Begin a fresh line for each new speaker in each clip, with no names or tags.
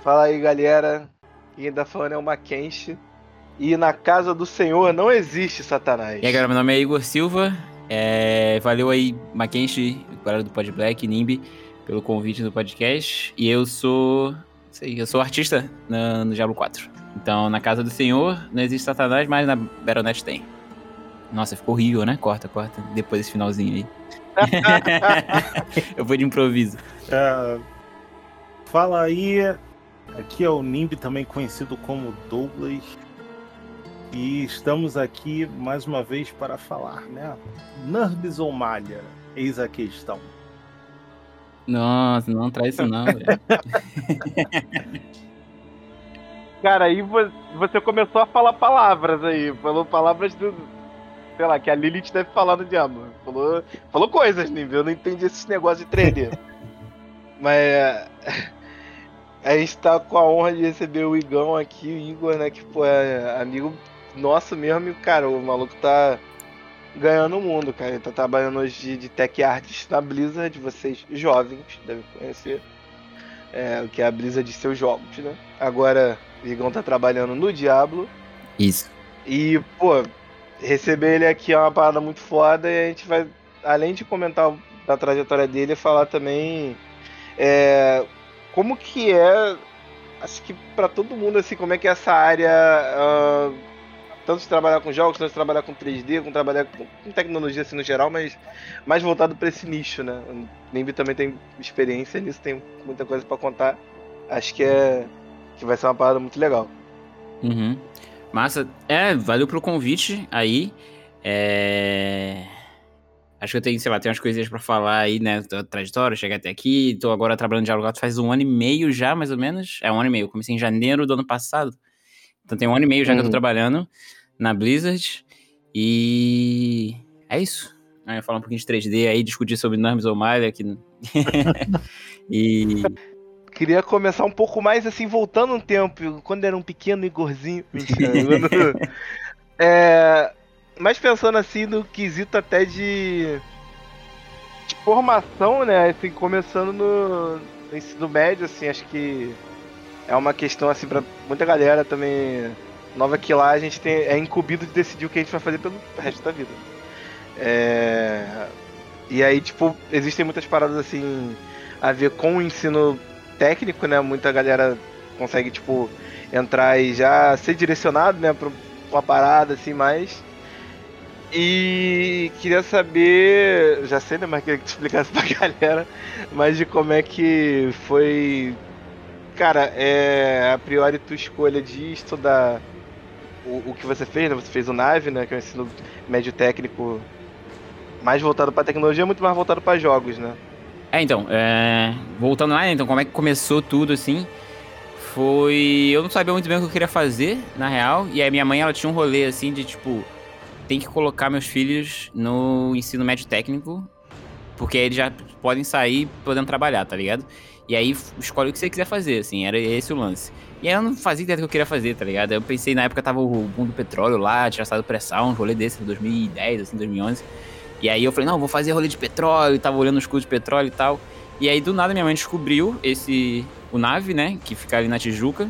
Fala aí, galera. Quem tá falando é o Mackenzie. E na casa do Senhor não existe Satanás.
E aí, galera, meu nome é Igor Silva. Valeu aí, Mackenzie, galera do Pod Black, Nimbi, pelo convite do podcast. E eu sou artista no Diablo 4. Então, na casa do Senhor não existe Satanás, mas na Battle.net tem. Nossa, ficou horrível, né? Corta. Depois desse finalzinho aí. Eu vou de improviso.
Fala aí, aqui é o Nimbi, também conhecido como Douglas. E estamos aqui mais uma vez para falar, né? Nerds ou malha? Eis a questão.
Nossa, não traz isso não, velho.
Cara, aí você começou a falar palavras aí. Falou palavras do... Sei lá, que a Lilith deve falar no Diablo. Falou coisas, nível. Eu não entendi esses negócios de 3D. Mas... A gente tá com a honra de receber o Igão aqui, o Igor, né? Que, pô, é amigo nosso mesmo. E, cara, o maluco tá ganhando o mundo, cara. Ele tá trabalhando hoje de tech artist na Blizzard. Vocês jovens devem conhecer. O que é a Blizzard de seus jogos, né? Agora, o Igão tá trabalhando no Diablo.
Isso.
E, pô, receber ele aqui é uma parada muito foda. E a gente vai, além de comentar da trajetória dele, falar também como que é, acho que pra todo mundo, assim, como é que é essa área, tanto de trabalhar com jogos, tanto de trabalhar com 3D, com trabalhar com tecnologia, assim, no geral, mas mais voltado pra esse nicho, né? O Nimbi também tem experiência nisso, tem muita coisa pra contar. Acho que vai ser uma parada muito legal.
Uhum. Massa. Valeu pelo convite aí. Acho que eu tenho, sei lá, tem umas coisinhas pra falar aí, né, da trajetória, chegar até aqui. Tô agora trabalhando de Diablo 4 faz 1 ano e meio já, mais ou menos. 1 ano e meio. Eu comecei em janeiro do ano passado. Então tem 1 ano e meio já que eu tô trabalhando na Blizzard. E é isso. Eu ia falar um pouquinho de 3D aí, discutir sobre Nerds ou Malha aqui. E...
Queria começar um pouco mais assim, voltando um tempo, quando era um pequeno Igorzinho. Mentira. Mas pensando assim no quesito até de formação, né? Assim, começando no ensino médio, assim, acho que é uma questão assim pra muita galera também nova, que lá a gente é incumbido de decidir o que a gente vai fazer pelo resto da vida. E aí, tipo, existem muitas paradas assim a ver com o ensino técnico, né? Muita galera consegue, tipo, entrar e já ser direcionado, né, pra uma parada assim mais. E queria saber, já sei, né, mas queria que tu explicasse pra galera, mas de como é que foi, cara, a priori tua escolha de estudar o que você fez, né? Você fez o NAVE, né, que é o ensino médio técnico mais voltado pra tecnologia, muito mais voltado pra jogos, né?
Então, voltando lá, né, então, como é que começou tudo, assim, foi... Eu não sabia muito bem o que eu queria fazer, na real, e aí minha mãe, ela tinha um rolê, assim, de, tipo, tem que colocar meus filhos no ensino médio técnico, porque aí eles já podem sair podendo trabalhar, tá ligado? E aí, escolhe o que você quiser fazer, assim, era esse o lance. E aí eu não fazia ideia do que eu queria fazer, tá ligado? Eu pensei, na época tava o boom do petróleo lá, tinha saído pré-sal, um rolê desse, em 2010, assim, 2011. E aí eu falei, não, vou fazer rolê de petróleo, tava olhando os cursos de petróleo e tal. E aí, do nada, minha mãe descobriu o NAVE, né, que fica ali na Tijuca,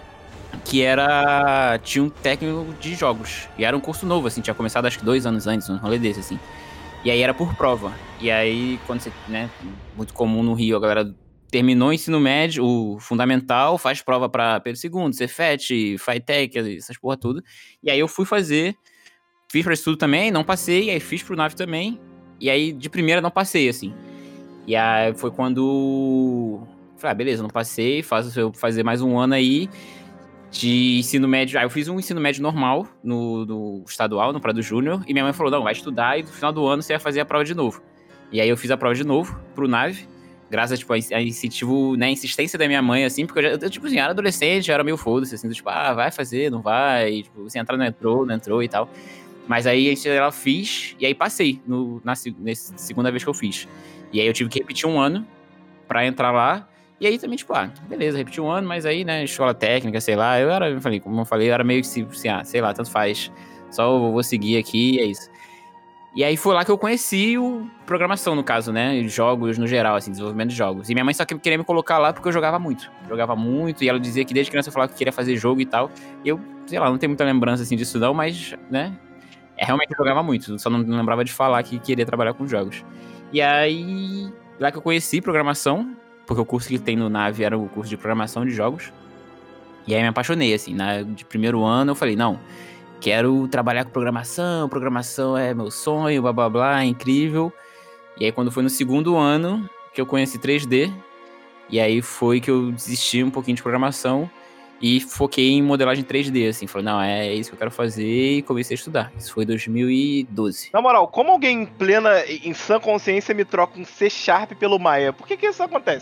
que tinha um técnico de jogos. E era um curso novo, assim, tinha começado acho que 2 anos antes, um rolê desse, assim. E aí era por prova. E aí, quando você, né, muito comum no Rio, a galera terminou o ensino médio, o fundamental, faz prova pra Pedro II, Cefet, Fitec, essas porra tudo. E aí eu fui fazer, fiz pra estudo também, não passei, e aí fiz pro NAVE também. E aí, de primeira, não passei, assim. E aí foi quando... Falei, beleza, não passei, eu fazer mais 1 ano aí de ensino médio. Aí eu fiz um ensino médio normal no estadual, no Prado Júnior, e minha mãe falou, não, vai estudar e no final do ano você vai fazer a prova de novo. E aí eu fiz a prova de novo pro NAVE, graças tipo, a incentivo, né, insistência da minha mãe, assim, porque eu tipo assim, era adolescente, eu era meio foda-se, assim, tipo, vai fazer, não vai, tipo, se entrar não entrou e tal. Mas aí ela fiz, e aí passei nessa segunda vez que eu fiz. E aí eu tive que repetir 1 ano pra entrar lá. E aí também, tipo, beleza, repeti 1 ano, mas aí, né, escola técnica, sei lá, como eu falei, eu era meio que assim, sei lá, tanto faz. Só eu vou seguir aqui e é isso. E aí foi lá que eu conheci programação, no caso, né? Jogos no geral, assim, desenvolvimento de jogos. E minha mãe só queria me colocar lá porque eu jogava muito. Jogava muito, e ela dizia que desde criança eu falava que queria fazer jogo e tal. E eu, sei lá, não tenho muita lembrança, assim, disso não, mas, né? Realmente eu jogava muito, só não lembrava de falar que queria trabalhar com jogos. E aí, lá que eu conheci programação, porque o curso que tem no Nave era o curso de programação de jogos. E aí me apaixonei, assim, de primeiro ano eu falei, não, quero trabalhar com programação é meu sonho, blá blá blá, é incrível. E aí quando foi no segundo ano que eu conheci 3D, e aí foi que eu desisti um pouquinho de programação e foquei em modelagem 3D, assim. Falei, não, é isso que eu quero fazer, e comecei a estudar. Isso foi em 2012.
Na moral, como alguém em sã consciência me troca um C Sharp pelo Maya? Por que isso acontece?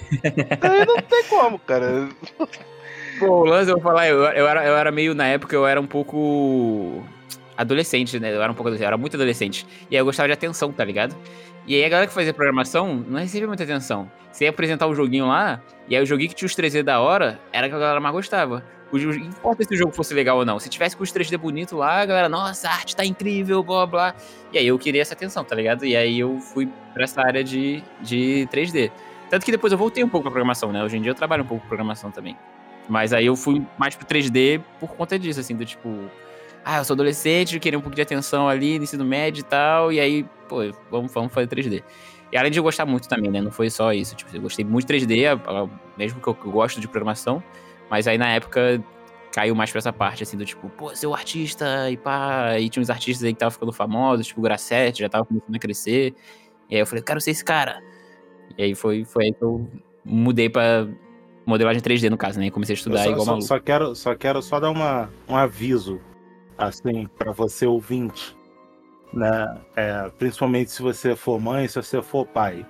Aí não tem como, cara.
Pô, o lance, eu vou falar, eu era meio, na época, eu era um pouco adolescente, né? Eu era um pouco adolescente, eu era muito adolescente. E aí eu gostava de atenção, tá ligado? E aí a galera que fazia programação não recebia muita atenção. Você ia apresentar o joguinho lá, e aí o joguinho que tinha os 3D da hora, era que a galera mais gostava. Não importa se o jogo fosse legal ou não. Se tivesse com os 3D bonito lá, a galera, nossa, a arte tá incrível, blá blá. E aí eu queria essa atenção, tá ligado? E aí eu fui pra essa área de 3D. Tanto que depois eu voltei um pouco pra programação, né? Hoje em dia eu trabalho um pouco com programação também. Mas aí eu fui mais pro 3D por conta disso, assim, do tipo... eu sou adolescente, eu queria um pouco de atenção ali no ensino médio e tal, e aí, pô, vamos fazer 3D. E além de eu gostar muito também, né, não foi só isso, tipo, eu gostei muito de 3D, mesmo que eu gosto de programação, mas aí na época caiu mais pra essa parte, assim, do tipo, pô, ser o artista e pá, e tinha uns artistas aí que estavam ficando famosos, tipo o Grassetti, já tava começando a crescer, e aí eu falei, eu quero ser esse cara. E aí foi aí que eu mudei pra modelagem 3D, no caso, né, e comecei a estudar igual maluco.
Só quero dar um aviso, assim, pra você ouvinte, né? Principalmente se você for mãe, se você for pai.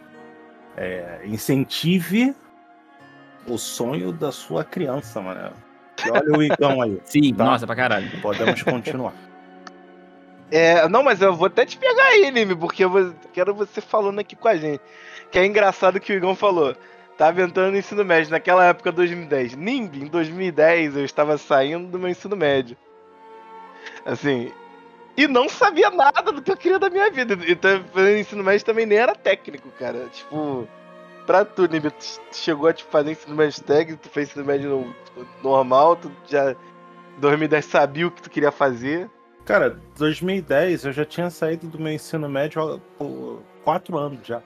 Incentive o sonho da sua criança, mano. E olha o Igão aí.
Sim,
tá?
nossa, pra caralho.
Podemos continuar.
Não, mas eu vou até te pegar aí, Nime, porque quero você falando aqui com a gente. Que é engraçado que o Igão falou. Tava entrando no ensino médio naquela época, 2010. Nimbi, em 2010 eu estava saindo do meu ensino médio. Assim, e não sabia nada do que eu queria da minha vida. Então, fazendo ensino médio também nem era técnico, cara. Tipo, pra tu, Nimbi, tu chegou a fazer ensino médio técnico, tu fez ensino médio normal, tu já em 2010 sabia o que tu queria fazer.
Cara, 2010 eu já tinha saído do meu ensino médio por 4 anos já.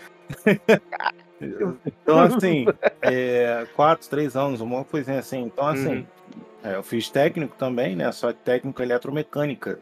Então, assim, 4, 3 anos, uma coisinha assim. Então, assim, eu fiz técnico também, né? Só que técnico eletromecânica.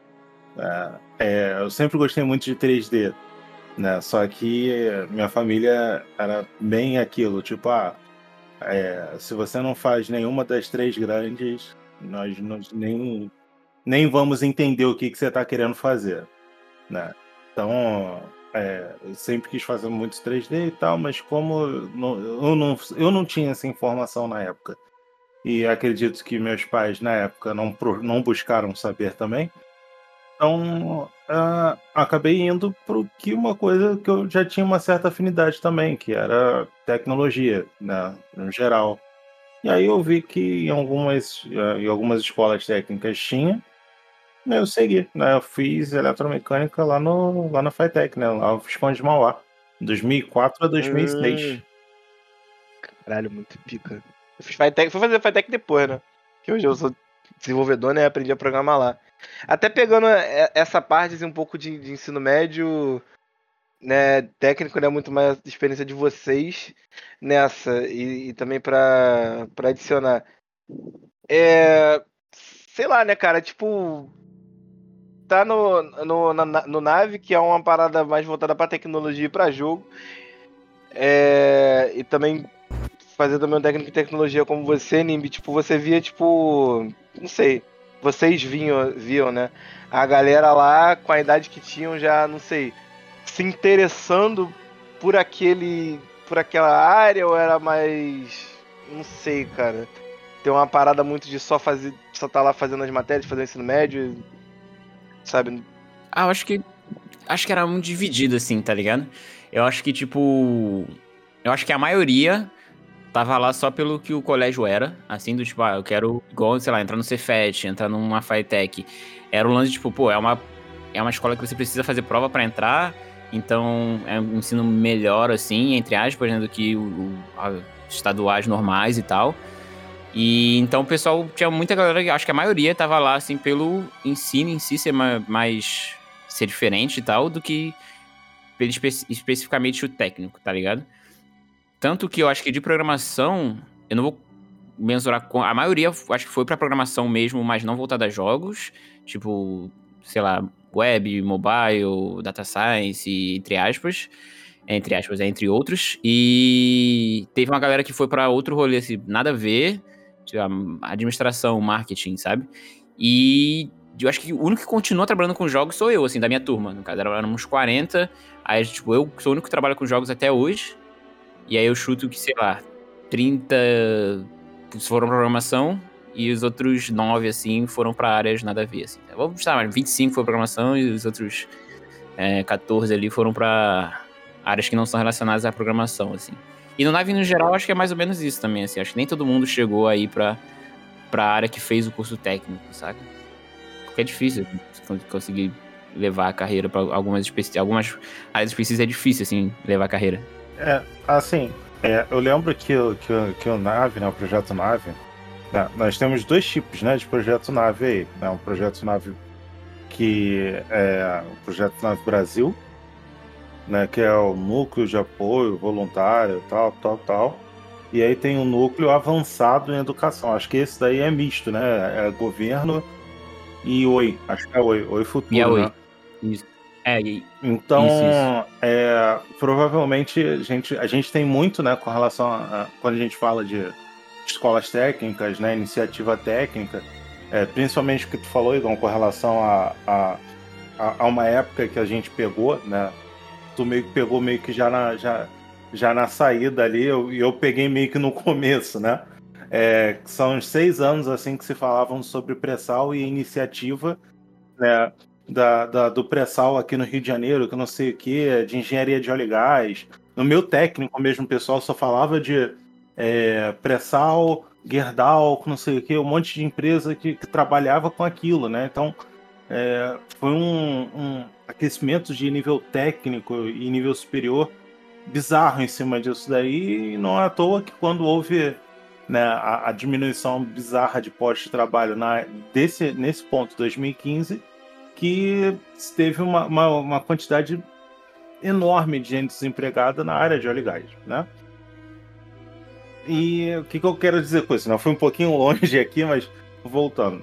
Eu sempre gostei muito de 3D, né? Só que minha família era bem aquilo, tipo, se você não faz nenhuma das 3 grandes, nós nem vamos entender o que você está querendo fazer, né? Então, eu sempre quis fazer muitos 3D e tal, mas como eu não tinha essa informação na época, e acredito que meus pais na época não buscaram saber também, então acabei indo para uma coisa que eu já tinha uma certa afinidade também, que era tecnologia, né, no geral. E aí eu vi que em algumas escolas técnicas tinha. Eu segui, né? Eu fiz eletromecânica lá na Fitec, né? Lá no Visconde de Mauá, 2004 a 2006.
Caralho, muito pica. Eu fiz Fitec, fui fazer Fitec depois, né? Que hoje eu sou desenvolvedor, né? Aprendi a programar lá. Até pegando essa parte assim, um pouco de ensino médio, né? Técnico, né? Muito mais experiência de vocês nessa. E também pra adicionar. Sei lá, né, cara? Tipo, tá no Nave, que é uma parada mais voltada pra tecnologia e pra jogo. E também fazer também um técnico de tecnologia como você, Nimbi, tipo, você via, tipo, não sei, vocês viam, né? A galera lá, com a idade que tinham, já, não sei, se interessando por aquela área, ou era mais, não sei, cara. Tem uma parada muito de só tá lá fazendo as matérias, fazendo ensino médio, sabe?
Eu acho que era muito dividido, assim, tá ligado? Eu acho que, tipo... Eu acho que a maioria tava lá só pelo que o colégio era, assim, do tipo, eu quero, igual, sei lá, entrar no Cefet, entrar numa Fitec. Era um lance, tipo, pô, é uma é uma escola que você precisa fazer prova para entrar, então é um ensino melhor, assim, entre aspas, né, do que estaduais normais e tal. E então o pessoal, tinha muita galera, acho que a maioria tava lá, assim, pelo ensino em si ser mais ser diferente e tal, do que especificamente o técnico, tá ligado? Tanto que eu acho que de programação, eu não vou mensurar com. A maioria acho que foi pra programação mesmo, mas não voltada a jogos. Tipo, sei lá, web, mobile, data science, entre aspas. Entre outros. E teve uma galera que foi pra outro rolê, assim, nada a ver. Tipo, administração, marketing, sabe? E eu acho que o único que continua trabalhando com jogos sou eu, assim, da minha turma. No caso, éramos 40. Aí, tipo, eu sou o único que trabalha com jogos até hoje. E aí eu chuto que, sei lá, 30 foram pra programação e os outros 9, assim, foram pra áreas nada a ver, assim. Vamos chutar, mas 25 foi programação e os outros 14 ali foram pra áreas que não são relacionadas à programação, assim. E no Nave, no geral, acho que é mais ou menos isso também, assim. Acho que nem todo mundo chegou aí pra área que fez o curso técnico, saca? Porque é difícil conseguir levar a carreira pra algumas áreas específicas, é difícil, assim, levar a carreira.
Assim, eu lembro que o Nave, né, o projeto Nave, né, nós temos 2 tipos, né, de projeto Nave aí, né, um projeto Nave que é o projeto Nave Brasil, né, que é o núcleo de apoio voluntário, tal, e aí tem um núcleo avançado em educação, acho que esse daí é misto, né, é governo e Oi, acho que é Oi
E a
Futuro,
Oi.
né?
Isso.
Então,
Isso.
provavelmente a gente tem muito, né, com relação quando a gente fala de escolas técnicas, né, iniciativa técnica, principalmente o que tu falou, Igor, com relação a uma época que a gente pegou, né, tu meio que pegou meio que já na saída ali, e eu peguei meio que no começo, né, são uns 6 anos, assim, que se falavam sobre pré-sal e iniciativa, né, do pré-sal aqui no Rio de Janeiro, que eu não sei o que, de engenharia de óleo e gás. No meu técnico mesmo, o pessoal só falava de pré-sal, Gerdau, não sei o que, um monte de empresa que trabalhava com aquilo, né? Então, foi um aquecimento de nível técnico e nível superior bizarro em cima disso daí, e não é à toa que quando houve, né, a diminuição bizarra de postos de trabalho nesse ponto, 2015, que teve uma quantidade enorme de gente desempregada na área de óleo e gás, né? E o que eu quero dizer com isso? Não, fui um pouquinho longe aqui, mas voltando.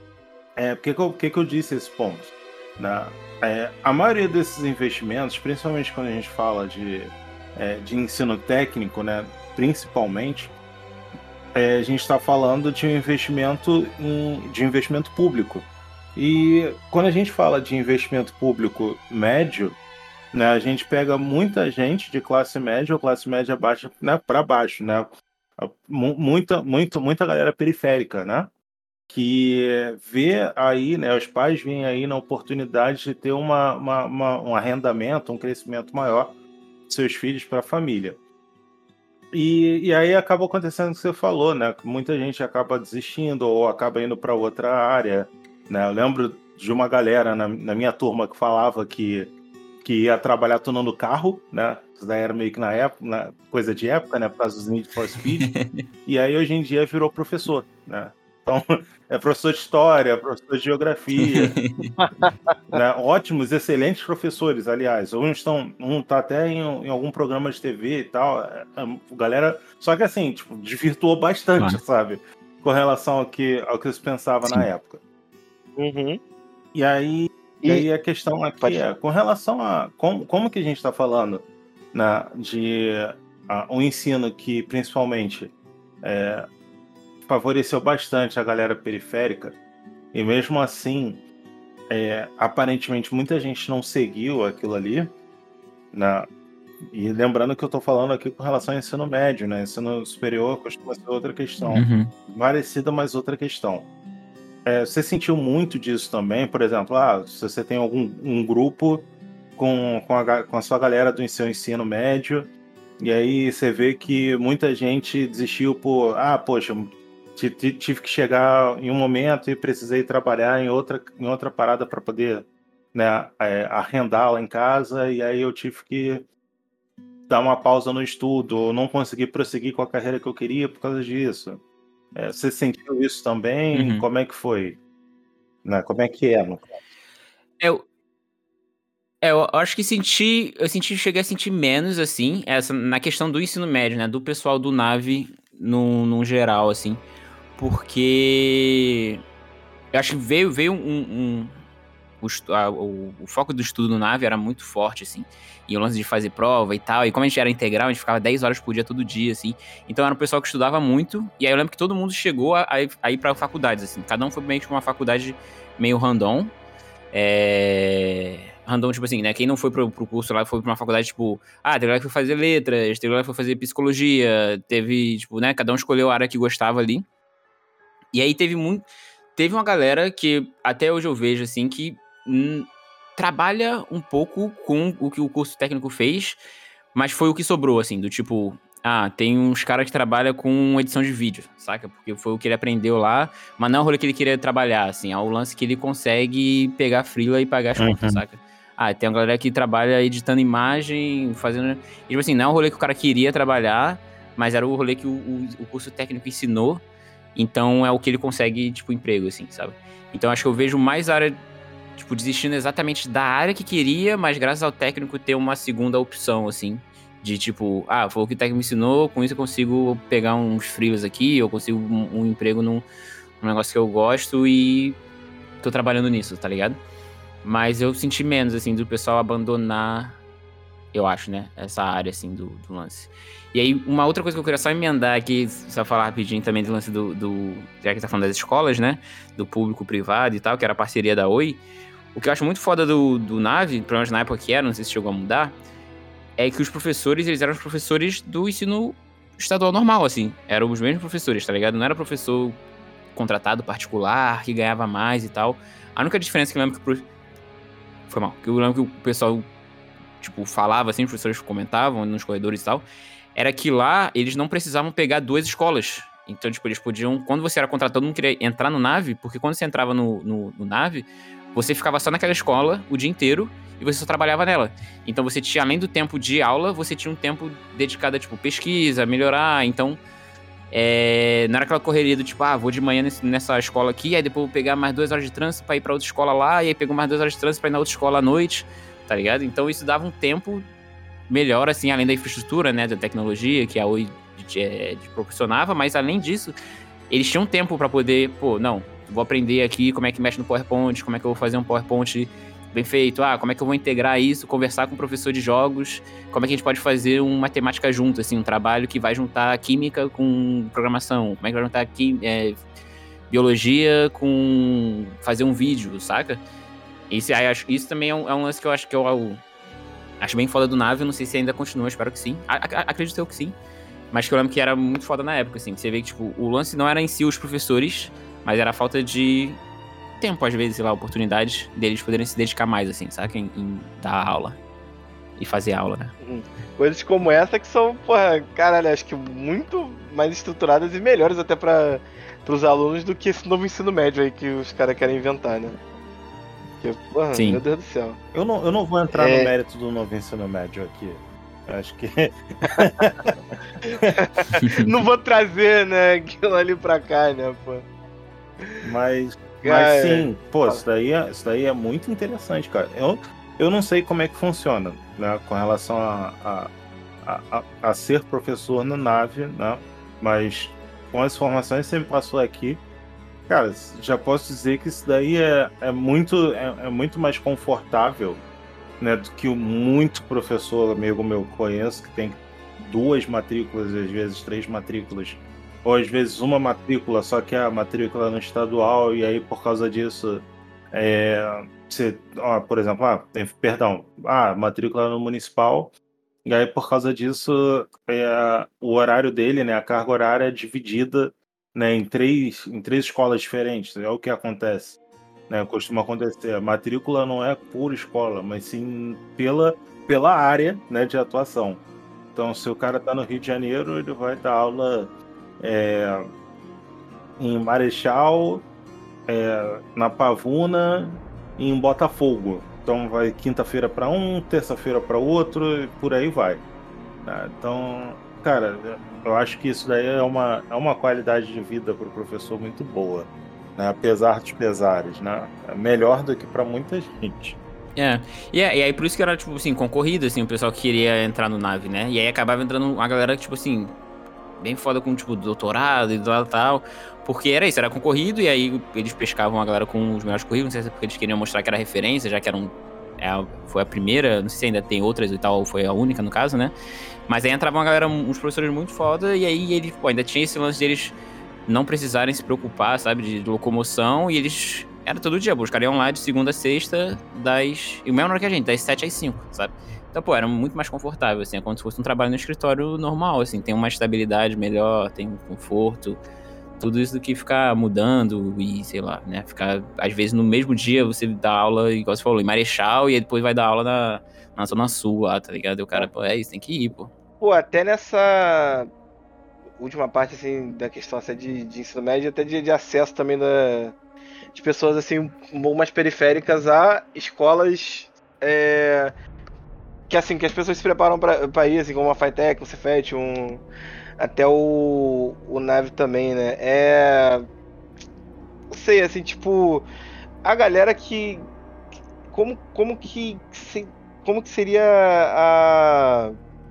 Por que eu disse esse ponto? Né? A maioria desses investimentos, principalmente quando a gente fala de ensino técnico, né, principalmente, a gente está falando de um investimento público. E quando a gente fala de investimento público médio, né, a gente pega muita gente de classe média ou classe média baixa, né, para baixo, né? Muita galera periférica, né? Que vê aí, né, os pais veem aí na oportunidade de ter um arrendamento, um crescimento maior de seus filhos para a família. E aí acaba acontecendo o que você falou, né? Que muita gente acaba desistindo ou acaba indo para outra área, né? Eu lembro de uma galera na minha turma que falava que ia trabalhar tunando carro, né? Isso daí era meio que na época, coisa de época, né? Por causa dos Need for Speed. E aí hoje em dia virou professor, né? Então, é professor de história, professor de geografia, né? Ótimos, excelentes professores, aliás. Um tá até em algum programa de TV e tal. Galera, só que assim, tipo, desvirtuou bastante, sabe? Com relação ao que se pensava na época.
Uhum.
E aí a questão aqui com relação a como que a gente está falando, né, de um ensino que principalmente favoreceu bastante a galera periférica, e mesmo assim aparentemente muita gente não seguiu aquilo ali, né? E lembrando que eu estou falando aqui com relação ao ensino médio, né? Ensino superior costuma ser outra questão, parecida, mas outra questão. Você sentiu muito disso também? Por exemplo, se você tem um grupo com a sua galera do seu ensino médio, e aí você vê que muita gente desistiu por, poxa, tive que chegar em um momento e precisei trabalhar em outra parada para poder né, arrendar lá em casa, e aí eu tive que dar uma pausa no estudo, ou não consegui prosseguir com a carreira que eu queria por causa disso. Você sentiu isso também?
Uhum.
Como é que foi? Né? Como é que é?
Eu, eu acho que cheguei a sentir menos, assim, na questão do ensino médio, né? Do pessoal do Nave no geral, assim. Porque eu acho que veio o foco do estudo no Nave era muito forte, assim. E o lance de fazer prova e tal. E como a gente era integral, a gente ficava 10 horas por dia todo dia, assim. Então era um pessoal que estudava muito. E aí eu lembro que todo mundo chegou a ir pra faculdades, assim. Cada um foi meio que uma faculdade meio random. Random, tipo assim, né? Quem não foi pro curso lá foi pra uma faculdade, tipo, teve lá que foi fazer letras, teve lá que foi fazer psicologia, teve, tipo, né? Cada um escolheu a área que gostava ali. E aí teve uma galera que até hoje eu vejo, assim, que trabalha um pouco com o que o curso técnico fez, mas foi o que sobrou, assim, do tipo, tem uns caras que trabalham com edição de vídeo, saca? Porque foi o que ele aprendeu lá, mas não é o rolê que ele queria trabalhar, assim, é o lance que ele consegue pegar freela e pagar as contas, saca? Tem uma galera que trabalha editando imagem, fazendo... E, tipo assim, não é o rolê que o cara queria trabalhar, mas era o rolê que o curso técnico ensinou, então é o que ele consegue, tipo, emprego, assim, sabe? Então acho que eu vejo mais a área, tipo, desistindo exatamente da área que queria, mas graças ao técnico ter uma segunda opção, assim, de tipo, foi o que o técnico me ensinou, com isso eu consigo pegar uns freelas aqui, eu consigo um emprego num negócio que eu gosto e tô trabalhando nisso, tá ligado? Mas eu senti menos, assim, do pessoal abandonar, eu acho, né, essa área, assim, do lance. E aí, uma outra coisa que eu queria só emendar aqui, só falar rapidinho também do lance já que tá falando das escolas, né, do público-privado e tal, que era a parceria da Oi. O que eu acho muito foda do Nave, pelo menos na época que era, não sei se chegou a mudar, é que os professores, eles eram os professores do ensino estadual normal, assim. Eram os mesmos professores, tá ligado? Não era professor contratado particular, que ganhava mais e tal. A única diferença que eu lembro Foi mal. Que eu lembro que o pessoal, tipo, falava assim, os professores comentavam nos corredores e tal, era que lá eles não precisavam pegar duas escolas. Então, tipo, eles podiam... Quando você era contratado, todo mundo queria entrar no Nave, porque quando você entrava no Nave, você ficava só naquela escola o dia inteiro e você só trabalhava nela. Então você tinha, além do tempo de aula, você tinha um tempo dedicado a, tipo, pesquisa, melhorar. Então, não era aquela correria do tipo, vou de manhã nessa escola aqui, aí depois vou pegar mais 2 horas de trânsito pra ir pra outra escola lá, e aí pego mais 2 horas de trânsito pra ir na outra escola à noite, tá ligado? Então isso dava um tempo melhor, assim, além da infraestrutura, né, da tecnologia que a Oi proporcionava, mas além disso, eles tinham tempo pra poder, vou aprender aqui como é que mexe no PowerPoint, como é que eu vou fazer um PowerPoint bem feito, como é que eu vou integrar isso, conversar com o professor de jogos, como é que a gente pode fazer uma matemática junto, assim, um trabalho que vai juntar química com programação, como é que vai juntar biologia com fazer um vídeo, saca? Isso também é um lance que eu acho que eu acho bem foda do Nave, eu não sei se ainda continua, espero que sim, acredito eu que sim, mas que eu lembro que era muito foda na época, assim, que você vê que, tipo, o lance não era em si os professores, mas era a falta de tempo, às vezes, sei lá, oportunidades deles poderem se dedicar mais, assim, saca? Em dar aula e fazer aula, né?
Coisas como essa que são, porra, caralho, acho que muito mais estruturadas e melhores até para os alunos do que esse novo ensino médio aí que os caras querem inventar, né? Porque, porra,
Sim.
Meu Deus do céu.
Eu não vou entrar no mérito do novo ensino médio aqui. Acho que...
Não vou trazer, né, aquilo ali pra cá, né, pô.
Mas sim, pô, isso daí é muito interessante, cara. Eu não sei como é que funciona, né, com relação a ser professor na Nave, né, mas com as informações que você me passou aqui, cara, já posso dizer que isso daí é muito mais confortável, né, do que muito professor amigo meu conheço que tem 2 matrículas, às vezes 3 matrículas, ou às vezes uma matrícula, só que a matrícula no estadual, e aí por causa disso, por exemplo, matrícula no municipal, e aí por causa disso, o horário dele, né, a carga horária é dividida, né, em três escolas diferentes, é o que acontece. Né, costuma acontecer. A matrícula não é por escola, mas sim pela área, né, de atuação. Então, se o cara está no Rio de Janeiro, ele vai dar aula em Marechal, na Pavuna e em Botafogo. Então vai quinta-feira para um, terça-feira para outro, e por aí vai. Né? Então, cara, eu acho que isso daí é uma qualidade de vida para o professor muito boa, né? Apesar dos pesares, né? É melhor do que para muita gente.
E aí por isso que era, tipo assim, concorrido, assim, o pessoal que queria entrar no nave, né? E aí acabava entrando uma galera, tipo assim, bem foda com, tipo, doutorado e tal. Porque era isso, era concorrido, e aí eles pescavam a galera com os melhores currículos, não sei se é porque eles queriam mostrar que era referência, já que foi a primeira, não sei se ainda tem outras e tal, ou foi a única no caso, né? Mas aí entrava uma galera, uns professores muito foda, e aí eles, pô, ainda tinha esse lance deles não precisarem se preocupar, sabe, de locomoção, e eles... Era todo dia, os caras iam lá de segunda a sexta, e o mesmo hora que a gente, das 7 às 5, sabe? Então, pô, era muito mais confortável, assim, é como se fosse um trabalho no escritório normal, assim, tem uma estabilidade melhor, tem um conforto, tudo isso do que ficar mudando e, sei lá, né, ficar, às vezes, no mesmo dia você dá aula, igual você falou, em Marechal, e aí depois vai dar aula na Zona Sul lá, tá ligado? E o cara, pô, é isso, tem que ir, pô.
Pô, até nessa última parte, assim, da questão assim, de ensino médio, até de acesso também de pessoas, assim, um pouco mais periféricas a escolas que, assim, que as pessoas se preparam pra ir, assim, como a Fitec, o Cefet, até o Nave também, né? Não sei, assim, tipo, a galera que... Como, como que... se- Como que seria a...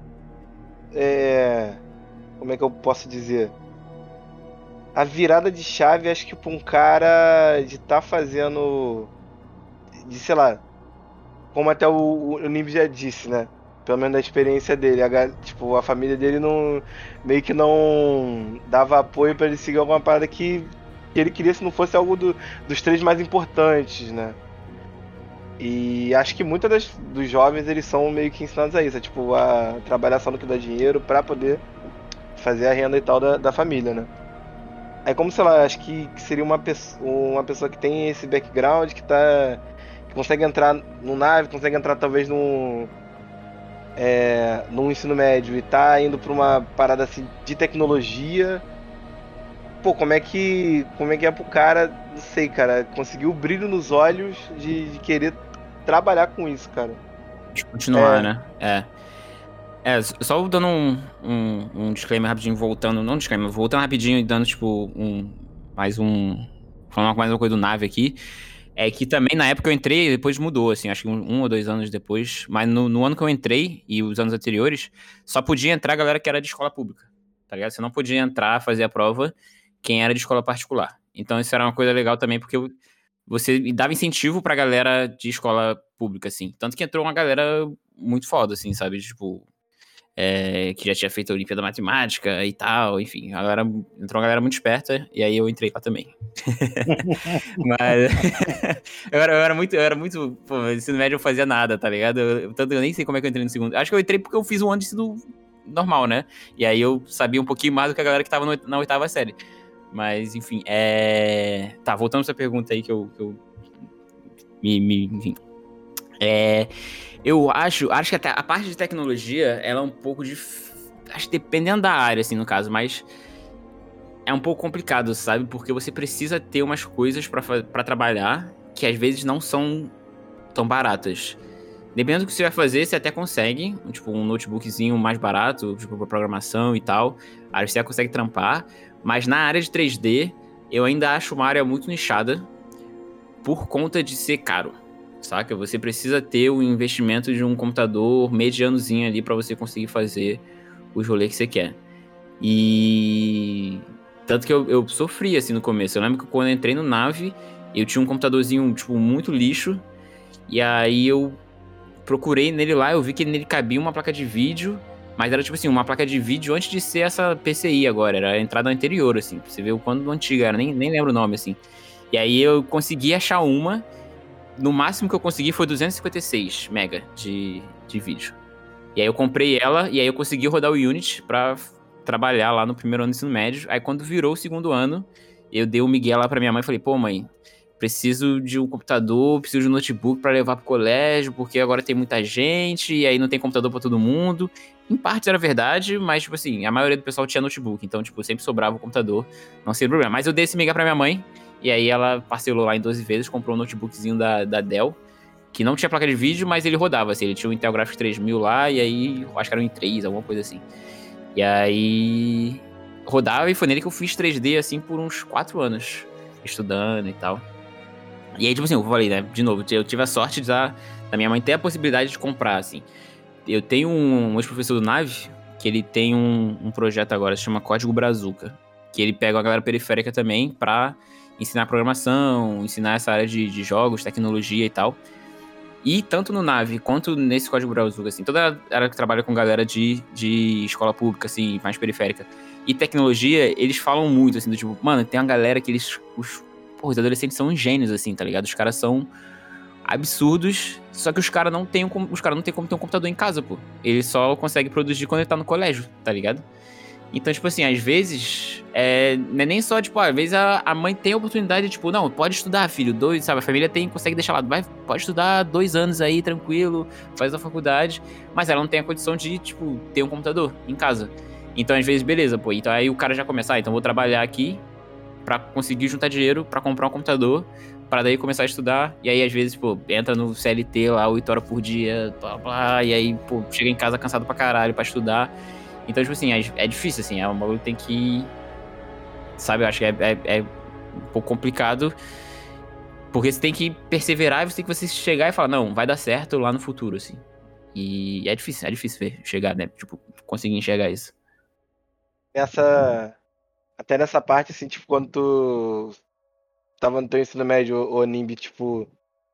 é, como é que eu posso dizer? A virada de chave, acho que pra um cara de tá fazendo, de sei lá, como até o Nimb já disse, né? Pelo menos da experiência dele, tipo, a família dele não, meio que não dava apoio pra ele seguir alguma parada que ele queria se não fosse algo dos três mais importantes, né? E acho que muitos dos jovens eles são meio que ensinados a isso, tipo, a trabalhar só no que dá dinheiro pra poder fazer a renda e tal da família, né? É como, sei lá, acho que seria uma pessoa que tem esse background, que consegue entrar no nave, consegue entrar talvez num ensino médio e tá indo pra uma parada assim de tecnologia. Pô, como é que é pro cara, não sei, cara, conseguir o brilho nos olhos de querer trabalhar com isso, cara.
De continuar,
É,
né? Só dando um disclaimer rapidinho, voltando, não disclaimer, voltando rapidinho e dando, tipo, falando mais uma coisa do nave aqui, é que também na época eu entrei, depois mudou, assim, acho que um ou 2 anos depois, mas no ano que eu entrei, e os anos anteriores, só podia entrar a galera que era de escola pública, tá ligado? Você não podia entrar, fazer a prova, quem era de escola particular. Então isso era uma coisa legal também, porque você dava incentivo pra galera de escola pública, assim. Tanto que entrou uma galera muito foda, assim, sabe? Tipo, que já tinha feito a Olimpíada Matemática e tal, enfim. Entrou uma galera muito esperta, e aí eu entrei lá também. Mas eu era muito, pô, no ensino médio eu fazia nada, tá ligado? Tanto eu nem sei como é que eu entrei no segundo. Acho que eu entrei porque eu fiz um ano de ensino normal, né? E aí eu sabia um pouquinho mais do que a galera que tava na oitava série. Mas, enfim, Tá, voltando pra essa pergunta aí que eu enfim. Eu acho que até a parte de tecnologia, ela é um pouco acho que dependendo da área, assim, no caso, mas é um pouco complicado, sabe? Porque você precisa ter umas coisas pra trabalhar que às vezes não são tão baratas. Dependendo do que você vai fazer, você até consegue, tipo, um notebookzinho mais barato, tipo, pra programação e tal. Aí você já consegue trampar. Mas na área de 3D, eu ainda acho uma área muito nichada por conta de ser caro, saca? Você precisa ter o investimento de um computador medianozinho ali pra você conseguir fazer os rolês que você quer. E... Tanto que eu sofri, assim, no começo. Eu lembro que quando eu entrei no Nave, eu tinha um computadorzinho, tipo, muito lixo. E aí eu procurei nele lá, eu vi que nele cabia uma placa de vídeo, mas era tipo assim, uma placa de vídeo antes de ser essa PCI agora, era a entrada anterior, assim, pra você ver o quanto antiga era, nem lembro o nome, assim. E aí eu consegui achar uma, no máximo que eu consegui foi 256 mega de vídeo. E aí eu comprei ela, e aí eu consegui rodar o Unity pra trabalhar lá no primeiro ano do ensino médio. Aí quando virou o segundo ano, eu dei o migué lá pra minha mãe e falei, pô mãe, preciso de um computador, preciso de um notebook pra levar pro colégio, porque agora tem muita gente, e aí não tem computador pra todo mundo. Em parte era verdade, mas, tipo assim, a maioria do pessoal tinha notebook, então, tipo, sempre sobrava o computador, não seria problema. Mas eu dei esse migué pra minha mãe, e aí ela parcelou lá em 12 vezes, comprou um notebookzinho da Dell, que não tinha placa de vídeo, mas ele rodava, assim. Ele tinha um Intel Graphics 3000 lá, e aí eu acho que era um i3, alguma coisa assim. E aí rodava, e foi nele que eu fiz 3D, assim, por uns 4 anos, estudando e tal. E aí, tipo assim, eu falei, né, de novo, eu tive a sorte da minha mãe ter a possibilidade de comprar, assim. Eu tenho um ex-professor do Nave, que ele tem um projeto agora, se chama Código Brazuca, que ele pega a galera periférica também pra ensinar programação, ensinar essa área de jogos, tecnologia e tal. E tanto no Nave quanto nesse Código Brazuca, assim, toda a área que trabalha com galera de escola pública, assim, mais periférica, e tecnologia, eles falam muito, assim, do tipo, mano, tem uma galera que os adolescentes são gênios, assim, tá ligado? Os caras são absurdos, só que os caras não têm como ter um computador em casa, pô. Ele só consegue produzir quando ele tá no colégio, tá ligado? Então, tipo assim, às vezes, não é nem só, tipo, às vezes a mãe tem a oportunidade de, tipo, não, pode estudar, filho, sabe, a família consegue deixar lá, pode estudar 2 anos aí, tranquilo, faz a faculdade, mas ela não tem a condição de, tipo, ter um computador em casa. Então, às vezes, beleza, pô, então aí o cara já começa, então vou trabalhar aqui pra conseguir juntar dinheiro pra comprar um computador, pra daí começar a estudar, e aí às vezes, pô, entra no CLT lá 8 horas por dia, blá, blá, e aí, pô, chega em casa cansado pra caralho pra estudar. Então, tipo assim, é difícil, assim, é um bagulho que tem que, sabe, eu acho que é um pouco complicado, porque você tem que perseverar e você chegar e falar, não, vai dar certo lá no futuro, assim. E é difícil chegar, né, tipo, conseguir enxergar isso.
Até nessa parte, assim, tipo, quando tu tava no teu ensino médio, ô Nimbi, tipo.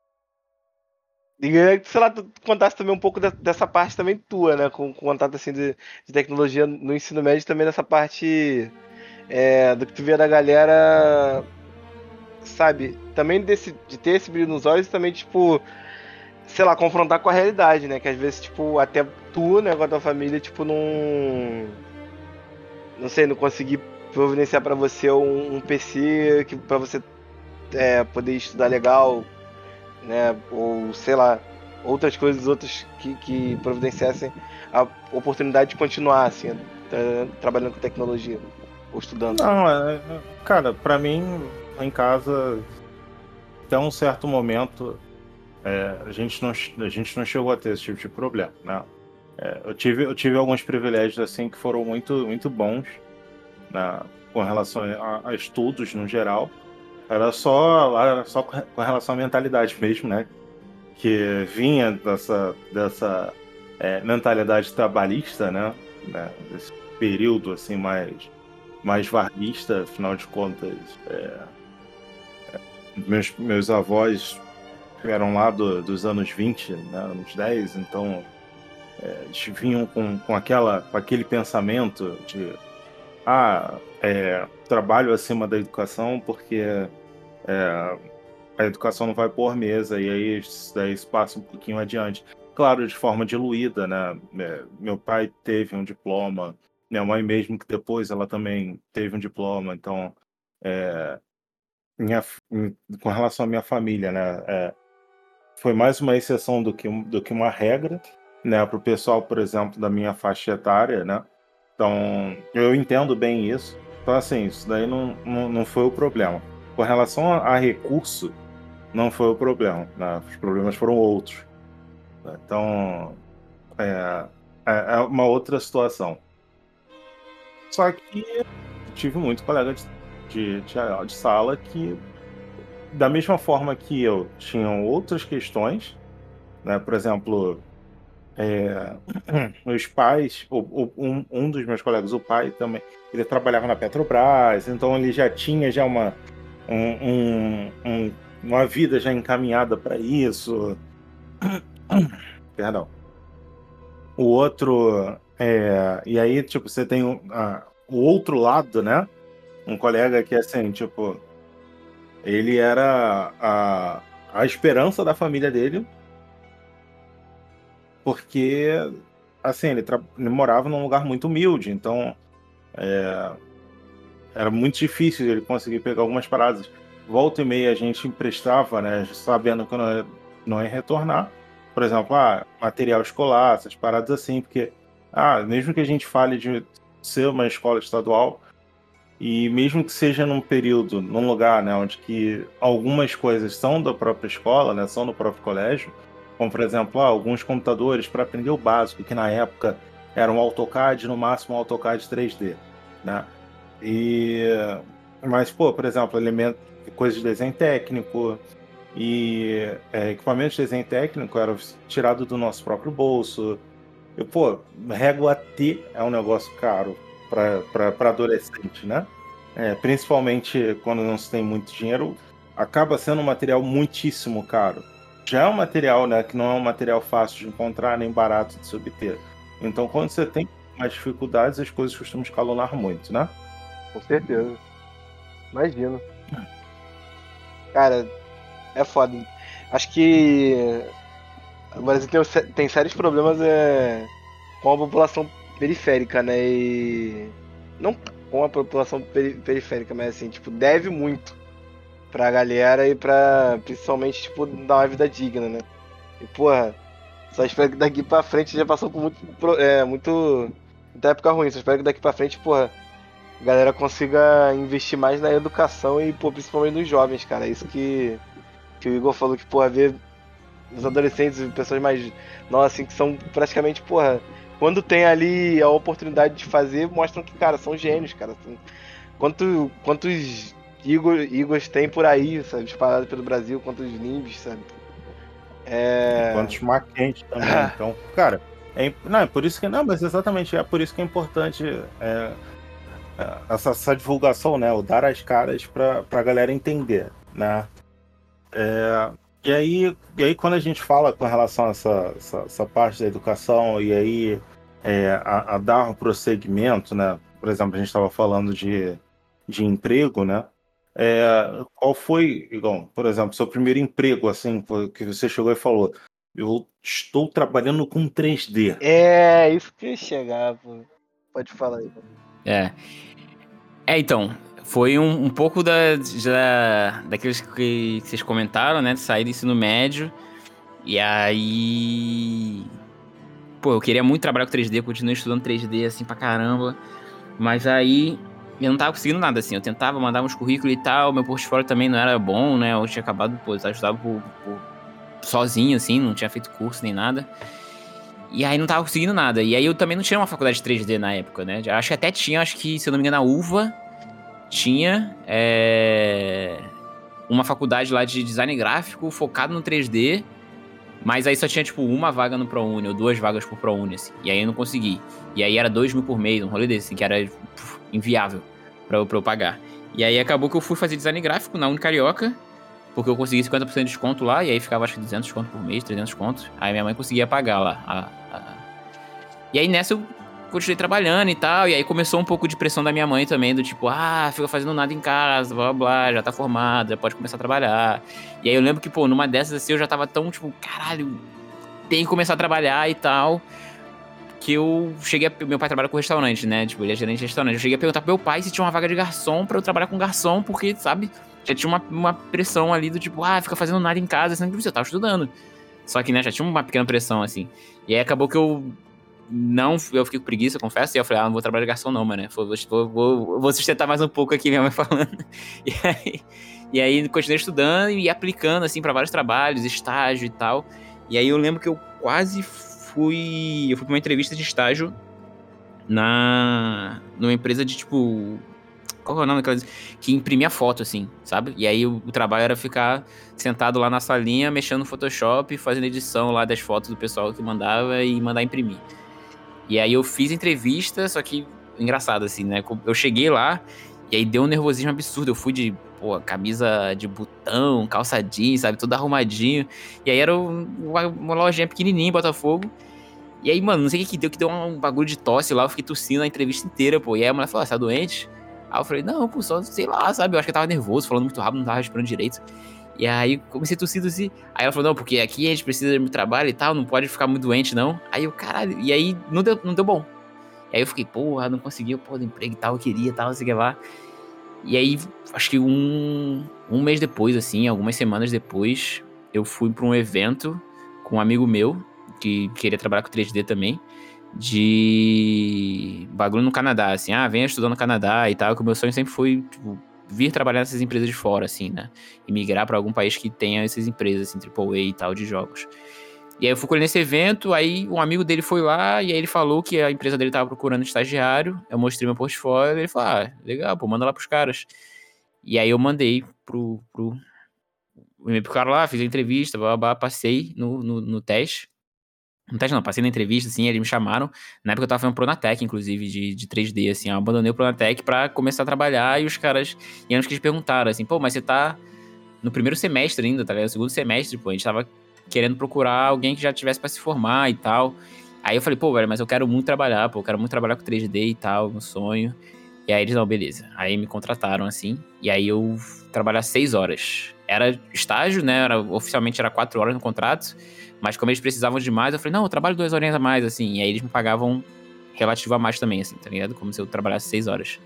E, sei lá, tu contasse também um pouco dessa parte também tua, né? Com contato, assim, de tecnologia no ensino médio, também nessa parte do que tu via da galera, sabe? Também de ter esse brilho nos olhos e também, tipo, sei lá, confrontar com a realidade, né? Que às vezes, tipo, até tu, né, com a tua família, tipo, não sei, não conseguir providenciar pra você um PC pra você poder estudar legal, né? Ou sei lá, outras que providenciassem a oportunidade de continuar assim, trabalhando com tecnologia ou estudando.
Não, cara, pra mim, lá em casa, até um certo momento, a gente não chegou a ter esse tipo de problema, né? Eu tive alguns privilégios assim que foram muito, muito bons, né, com relação a estudos no geral. Era só com relação à mentalidade mesmo, né? Que vinha dessa mentalidade trabalhista, Desse período assim mais varguista, afinal de contas. Meus avós eram lá dos anos 20, né, anos 10, então eles vinham com aquele pensamento de trabalho acima da educação, porque a educação não vai pôr mesa, e aí isso daí se passa um pouquinho adiante. Claro, de forma diluída, né? Meu pai teve um diploma, minha mãe mesmo, que depois ela também teve um diploma, então, minha, com relação à minha família, né? Foi mais uma exceção do que uma regra, né? Para o pessoal, por exemplo, da minha faixa etária, né? Então, eu entendo bem isso. Então, assim, isso daí não foi o problema. Com relação a recurso, não foi o problema, né? Os problemas foram outros, né? Então, é, é uma outra situação. Só que tive muito colega de sala que, da mesma forma que eu, tinham outras questões, né? Por exemplo, meus pais, um dos meus colegas, o pai também, ele trabalhava na Petrobras, então ele já tinha uma vida já encaminhada para isso. Perdão. O outro, e aí, tipo, você tem o outro lado, né? Um colega que, assim, tipo, ele era a esperança da família dele, porque, assim, ele morava num lugar muito humilde, então era muito difícil ele conseguir pegar algumas paradas. Volta e meia a gente emprestava, né? Sabendo que não ia retornar. Por exemplo, material escolar, essas paradas assim, porque mesmo que a gente fale de ser uma escola estadual, E mesmo que seja num período, num lugar, né, onde que algumas coisas são da própria escola, né, são do próprio colégio, como por exemplo, alguns computadores para aprender o básico, que na época era um AutoCAD, no máximo um AutoCAD 3D, né? E mas pô, por exemplo, elementos, coisas de desenho técnico e equipamentos de desenho técnico eram tirados do nosso próprio bolso. E, pô, régua T é um negócio caro para adolescente, né? Principalmente quando não se tem muito dinheiro, acaba sendo um material muitíssimo caro. Já é um material, né, que não é um material fácil de encontrar nem barato de se obter. Então, quando você tem mais dificuldades, as coisas costumam escalonar muito, né?
Com certeza. Imagino. Cara, é foda. Acho que o Brasil tem sérios problemas com a população periférica, né? E não com a população periférica, mas assim, tipo, deve muito pra galera e pra principalmente, tipo, dar uma vida digna, né? E, porra, só espero que daqui pra frente já passou por muita época ruim. Só espero que daqui pra frente, porra, a galera consiga investir mais na educação e, pô, principalmente nos jovens, cara. É isso que o Igor falou, que, porra, ver os adolescentes e pessoas mais novas, assim, que são praticamente, porra, quando tem ali a oportunidade de fazer, mostram que, cara, são gênios, cara. Quantos Igors tem por aí, sabe? Espalhados pelo Brasil, quantos Nimbs, sabe?
Quantos Mackenzie também. Então, cara, não, é por isso que. Não, mas exatamente, é por isso que é importante essa divulgação, né? O dar as caras pra galera entender, né? E aí, quando a gente fala com relação a essa parte da educação, e aí a dar um prosseguimento, né? Por exemplo, a gente estava falando de emprego, né? Qual foi, Igor, por exemplo, seu primeiro emprego, assim, que você chegou e falou: eu estou trabalhando com 3D.
É, isso que eu ia chegar, pô. Pode falar aí.
Então, foi um pouco daqueles que vocês comentaram, né? De sair do ensino médio. E aí. Pô, eu queria muito trabalhar com 3D, continuei estudando 3D assim pra caramba. Mas aí eu não tava conseguindo nada, assim. Eu tentava mandar uns currículos e tal, meu portfólio também não era bom, né? Eu tinha acabado, pô, eu estudava sozinho, assim, não tinha feito curso nem nada. E aí não tava conseguindo nada. E aí eu também não tinha uma faculdade de 3D na época, né? Acho que até tinha, se eu não me engano, a UVA tinha uma faculdade lá de design gráfico focado no 3D. Mas aí só tinha, tipo, uma vaga no ProUni, ou 2 vagas por ProUni, assim. E aí eu não consegui. E aí era 2 mil por mês, um rolê desse, assim, que era inviável pra eu pagar. E aí acabou que eu fui fazer design gráfico na Unicarioca, porque eu consegui 50% de desconto lá, e aí ficava, acho que 200 conto por mês, 300 contos. Aí minha mãe conseguia pagar lá. E aí nessa eu continuei trabalhando e tal, e aí começou um pouco de pressão da minha mãe também, do tipo, fica fazendo nada em casa, blá, blá, já tá formada, já pode começar a trabalhar. E aí eu lembro que, pô, numa dessas assim, eu já tava tão, tipo, caralho, tem que começar a trabalhar e tal, que eu cheguei meu pai trabalha com restaurante, né, tipo, ele é gerente de restaurante. Eu cheguei a perguntar pro meu pai se tinha uma vaga de garçom pra eu trabalhar com garçom, porque, sabe, já tinha uma pressão ali do tipo, fica fazendo nada em casa, sendo que eu tava estudando. Só que, né, já tinha uma pequena pressão, assim. E aí acabou que eu fiquei com preguiça, confesso, e eu falei, não vou trabalhar de garçom não, mano, vou sustentar mais um pouco aqui, minha mãe falando. E aí continuei estudando e aplicando, assim, pra vários trabalhos, estágio e tal. E aí eu lembro que eu quase fui pra uma entrevista de estágio numa empresa de, tipo, qual que é o nome daquela que imprimia foto, assim, sabe? E aí o trabalho era ficar sentado lá na salinha, mexendo no Photoshop, fazendo edição lá das fotos do pessoal que mandava e mandar imprimir. E aí eu fiz entrevista, só que engraçado, assim, né? Eu cheguei lá e aí deu um nervosismo absurdo. Eu fui de, camisa de botão, calça jeans, sabe? Tudo arrumadinho. E aí era uma lojinha pequenininha em Botafogo. E aí, mano, não sei o que deu um bagulho de tosse lá. Eu fiquei tossindo a entrevista inteira, pô. E aí a mulher falou, você tá doente? Aí eu falei, não, pô, só sei lá, sabe? Eu acho que eu tava nervoso, falando muito rápido, não tava respirando direito. E aí comecei a tossir. Aí ela falou, não, porque aqui a gente precisa de trabalho e tal, não pode ficar muito doente, não. Aí eu, caralho, e aí não deu bom. E aí eu fiquei, não consegui, do emprego e tal, eu queria e tal, sei lá. E aí, acho que um mês depois, assim, algumas semanas depois, eu fui pra um evento com um amigo meu, que queria trabalhar com 3D também. de bagulho no Canadá, assim, venha estudar no Canadá e tal, que o meu sonho sempre foi, tipo, vir trabalhar nessas empresas de fora, assim, né? E migrar pra algum país que tenha essas empresas, assim, AAA e tal, de jogos. E aí eu fui nesse evento, aí um amigo dele foi lá, e aí ele falou que a empresa dele tava procurando estagiário, eu mostrei meu portfólio, e ele falou, legal, pô, manda lá pros caras. E aí eu mandei pro cara lá, fiz a entrevista, passei no teste. No teste não, passei na entrevista, assim, eles me chamaram. Na época eu tava fazendo Pronatec, inclusive, de 3D, assim, eu abandonei o Pronatec pra começar a trabalhar, e os caras, e eles que perguntaram, assim, pô, mas você tá no primeiro semestre ainda, tá ligado? No segundo semestre, pô, a gente tava querendo procurar alguém que já tivesse pra se formar e tal. Aí eu falei, pô, velho, mas eu quero muito trabalhar, pô, eu quero muito trabalhar com 3D e tal, meu sonho. E aí eles, não, beleza. Aí me contrataram, assim, e aí eu trabalhar 6 horas. Era estágio, né, oficialmente era 4 horas no contrato, mas como eles precisavam de mais, eu falei, não, eu trabalho 2 horinhas a mais, assim, e aí eles me pagavam relativo a mais também, assim, tá ligado? Como se eu trabalhasse 6 horas.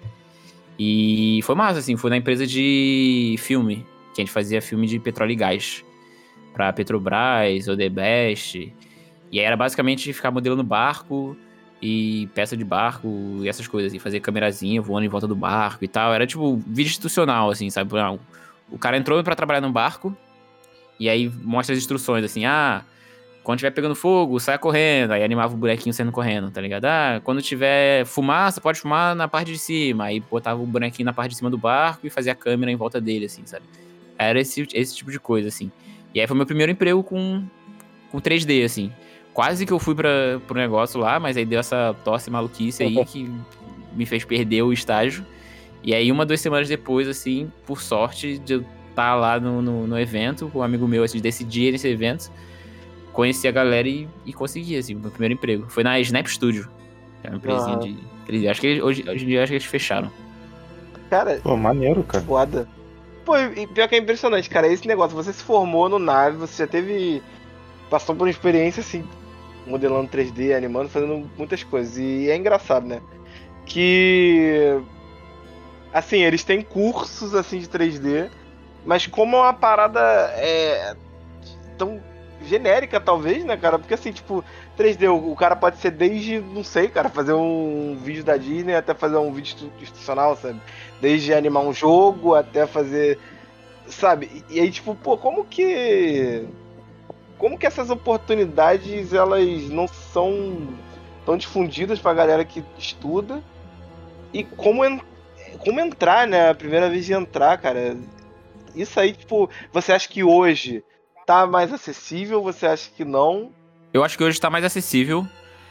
E foi massa, assim, foi na empresa de filme, que a gente fazia filme de petróleo e gás, pra Petrobras, Odebrecht, e aí era basicamente ficar modelando barco e peça de barco e essas coisas, assim, fazer câmerazinha voando em volta do barco e tal, era tipo vídeo institucional, assim, sabe? Não, o cara entrou pra trabalhar num barco e aí mostra as instruções, assim, quando tiver pegando fogo, saia correndo, aí animava o bonequinho saindo correndo, tá ligado? Quando tiver fumaça, pode fumar na parte de cima, aí botava o bonequinho na parte de cima do barco e fazia a câmera em volta dele, assim, sabe? Era esse tipo de coisa, assim. E aí foi meu primeiro emprego com 3D, assim. Quase que eu fui pro negócio lá, mas aí deu essa tosse maluquice aí que me fez perder o estágio. E aí 2 semanas depois, assim, por sorte de eu estar lá no evento, com um amigo meu, assim, decidir nesse evento, conheci a galera e consegui, assim, o meu primeiro emprego. Foi na Snap Studio, que é uma empresinha de 3D. Acho que hoje em dia acho que eles fecharam.
Cara,
pô, maneiro, cara.
Foda. Pô, e pior que é impressionante, cara, esse negócio, você se formou no Nave, você já passou por uma experiência, assim, modelando 3D, animando, fazendo muitas coisas, e é engraçado, né, que, assim, eles têm cursos, assim, de 3D, mas como é uma parada tão genérica, talvez, né, cara, porque, assim, tipo, 3D, o cara pode ser desde, não sei, cara, fazer um vídeo da Disney até fazer um vídeo institucional, sabe? Desde animar um jogo até fazer, sabe? E aí, tipo, pô, como que essas oportunidades, elas não são tão difundidas pra galera que estuda? E como entrar, né? A primeira vez de entrar, cara. Isso aí, tipo, você acha que hoje tá mais acessível? Você acha que não?
Eu acho que hoje tá mais acessível,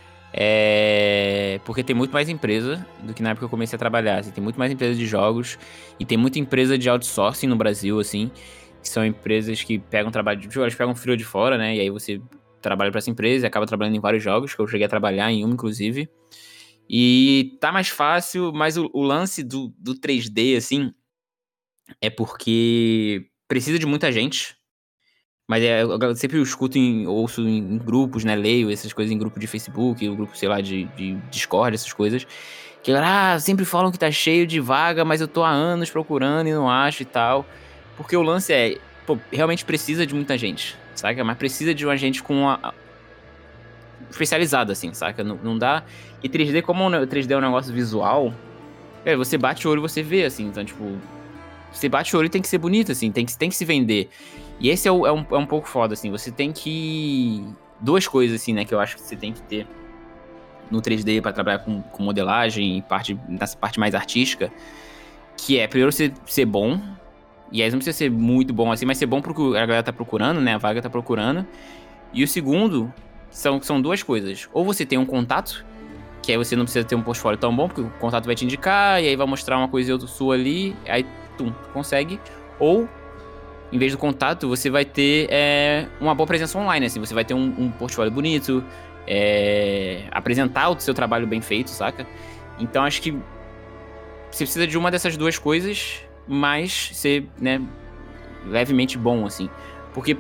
porque tem muito mais empresa do que na época que eu comecei a trabalhar, assim, tem muito mais empresa de jogos e tem muita empresa de outsourcing no Brasil, assim, que são empresas que pegam trabalho de elas pegam frio de fora, né, e aí você trabalha pra essa empresa e acaba trabalhando em vários jogos, que eu cheguei a trabalhar em uma, inclusive, e tá mais fácil, mas o lance do 3D, assim, é porque precisa de muita gente. Mas eu sempre escuto, ouço em grupos, né? Leio essas coisas em grupo de Facebook, o grupo, sei lá, de Discord, essas coisas. Que, sempre falam que tá cheio de vaga, mas eu tô há anos procurando e não acho e tal. Porque o lance realmente precisa de muita gente, saca? Mas precisa de uma gente com especializada, assim, saca? Não dá... E 3D, como o 3D é um negócio visual, você bate o olho e você vê, assim. Então, tipo, você bate o olho e tem que ser bonito, assim, tem que se vender. E esse é um pouco foda, assim, você tem que... Duas coisas, assim, né, que eu acho que você tem que ter no 3D pra trabalhar com modelagem e nessa parte mais artística, que é, primeiro, você ser bom, e aí não precisa ser muito bom, assim, mas ser bom pro que a galera tá procurando, né, a vaga tá procurando. E o segundo, são duas coisas. Ou você tem um contato, que aí você não precisa ter um portfólio tão bom, porque o contato vai te indicar, e aí vai mostrar uma coisa e outra sua ali, aí tu consegue. Ou, em vez do contato, você vai ter uma boa presença online, assim, você vai ter um portfólio bonito, apresentar o seu trabalho bem feito, saca? Então acho que você precisa de uma dessas duas coisas, mas ser, né, levemente bom, assim. Porque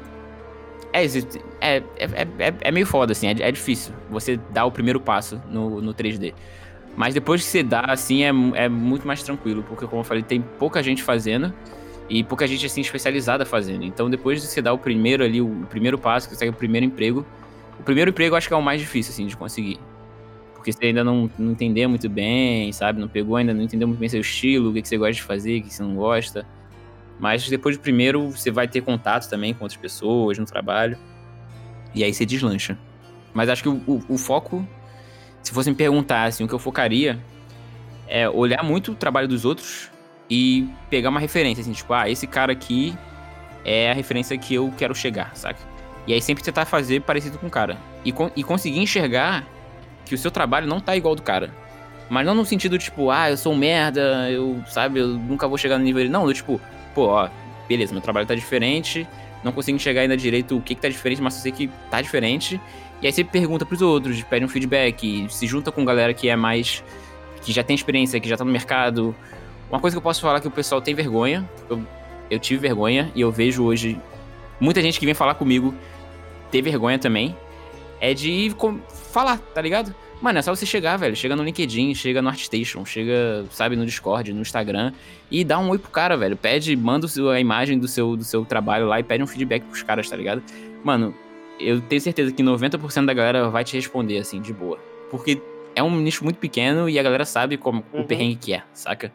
é meio foda, assim, é difícil você dar o primeiro passo no 3D. Mas depois que você dá, assim, é muito mais tranquilo, porque, como eu falei, tem pouca gente fazendo e pouca gente, assim, especializada fazendo. Então, depois de você dar o primeiro ali, o primeiro passo, que você consegue o primeiro emprego eu acho que é o mais difícil, assim, de conseguir. porque você ainda não entendeu muito bem, sabe? Não pegou ainda, não entendeu muito bem seu estilo, o que você gosta de fazer, o que você não gosta. Mas depois do primeiro, você vai ter contato também com outras pessoas no trabalho. E aí você deslancha. Mas acho que o foco, se fosse me perguntar, assim, o que eu focaria é olhar muito o trabalho dos outros e pegar uma referência, assim, tipo, esse cara aqui é a referência que eu quero chegar, saca? E aí sempre tentar fazer parecido com o cara. E conseguir enxergar que o seu trabalho não tá igual ao do cara. Mas não no sentido, tipo, eu sou um merda, eu nunca vou chegar no nível dele. Não, eu, tipo, beleza, meu trabalho tá diferente, não consigo enxergar ainda direito o que tá diferente, mas eu sei que tá diferente. E aí você pergunta pros outros, pede um feedback, se junta com galera que é mais... que já tem experiência, que já tá no mercado. Uma coisa que eu posso falar é que o pessoal tem vergonha. Eu tive vergonha e eu vejo hoje muita gente que vem falar comigo ter vergonha também. É de falar, tá ligado? Mano, é só você chegar, velho. Chega no LinkedIn, chega no ArtStation, chega, sabe, no Discord, no Instagram e dá um oi pro cara, velho. Manda a imagem do seu trabalho lá e pede um feedback pros caras, tá ligado? Mano, eu tenho certeza que 90% da galera vai te responder, assim, de boa. Porque é um nicho muito pequeno e a galera sabe como o perrengue que é, saca?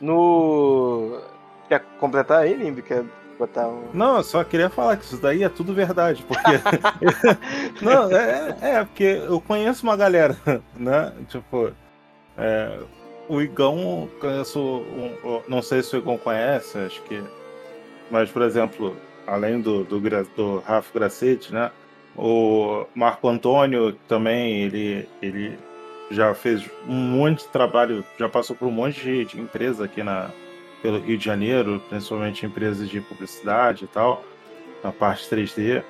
Quer completar aí, Nimbi? Quer botar um...
Não, eu só queria falar que isso daí é tudo verdade, porque... Não, porque eu conheço uma galera, né? Tipo, o Igão, conheço... não sei se o Igão conhece, acho que... Mas, por exemplo, além do Rafa Grassetti, né? O Marco Antônio também, ele já fez um monte de trabalho, já passou por um monte de empresa aqui pelo Rio de Janeiro, principalmente empresas de publicidade e tal, na parte 3D.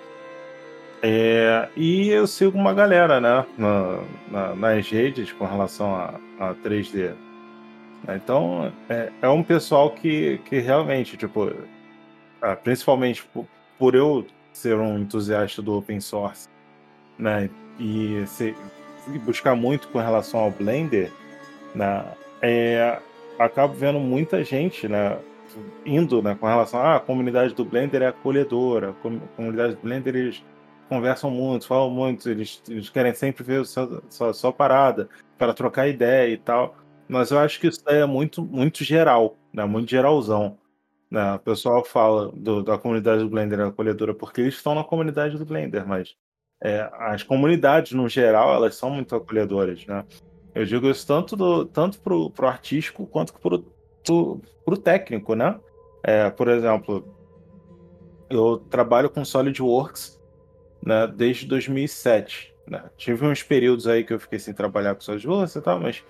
E eu sigo uma galera, né, nas redes com relação a 3D. Então, é um pessoal que realmente, tipo, principalmente por eu ser um entusiasta do open source, né, e buscar muito com relação ao Blender, né, acabo vendo muita gente, né, indo, né, com relação a comunidade do Blender é acolhedora, a comunidade do Blender eles conversam muito, falam muito, eles querem sempre ver a sua parada para trocar ideia e tal, mas eu acho que isso daí é muito, muito geral, né, muito geralzão, né, o pessoal fala da comunidade do Blender é acolhedora porque eles estão na comunidade do Blender, mas as comunidades no geral elas são muito acolhedoras, né? Eu digo isso tanto pro artístico quanto pro técnico, né? Por exemplo, eu trabalho com SolidWorks, né, desde 2007. Né? Tive uns períodos aí que eu fiquei sem trabalhar com SolidWorks e tal, mas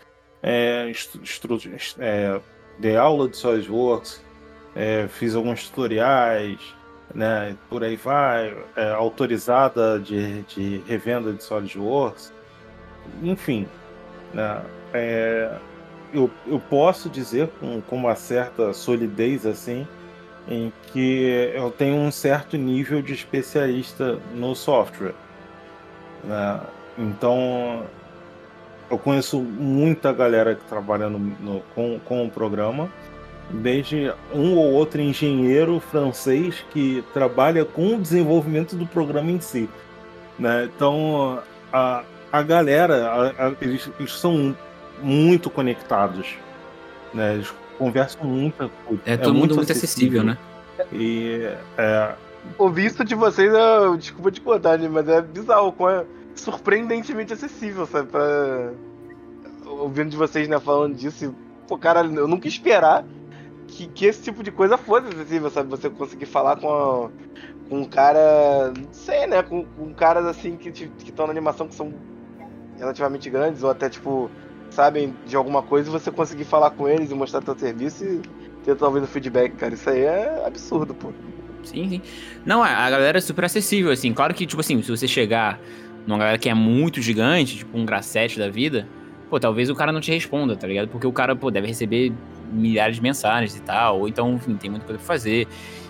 dei aula de SolidWorks, fiz alguns tutoriais, né, por aí vai, autorizada de revenda de SolidWorks, enfim, né, eu posso dizer com uma certa solidez assim, em que eu tenho um certo nível de especialista no software, né? Então eu conheço muita galera que trabalha com o programa, desde um ou outro engenheiro francês que trabalha com o desenvolvimento do programa em si, né? Então a galera, eles são muito conectados, né? Eles conversam muito.
Todo mundo muito acessível, né?
E
ouvir isso de vocês, desculpa te contar, mas é bizarro, surpreendentemente acessível, sabe? Ouvindo de vocês, né, falando disso, e, pô, cara, eu nunca ia esperar que esse tipo de coisa fosse acessível, sabe? Você conseguir falar com um cara, não sei, né? Com caras assim que estão na animação que são relativamente grandes, ou até, tipo, sabem de alguma coisa, e você conseguir falar com eles e mostrar teu serviço e ter talvez o feedback, cara. Isso aí é absurdo, pô.
Sim. Não, a galera é super acessível, assim. Claro que, tipo assim, se você chegar numa galera que é muito gigante, tipo um Grassetti da vida, pô, talvez o cara não te responda, tá ligado? Porque o cara, pô, deve receber milhares de mensagens e tal, ou então, enfim, tem muita coisa pra fazer.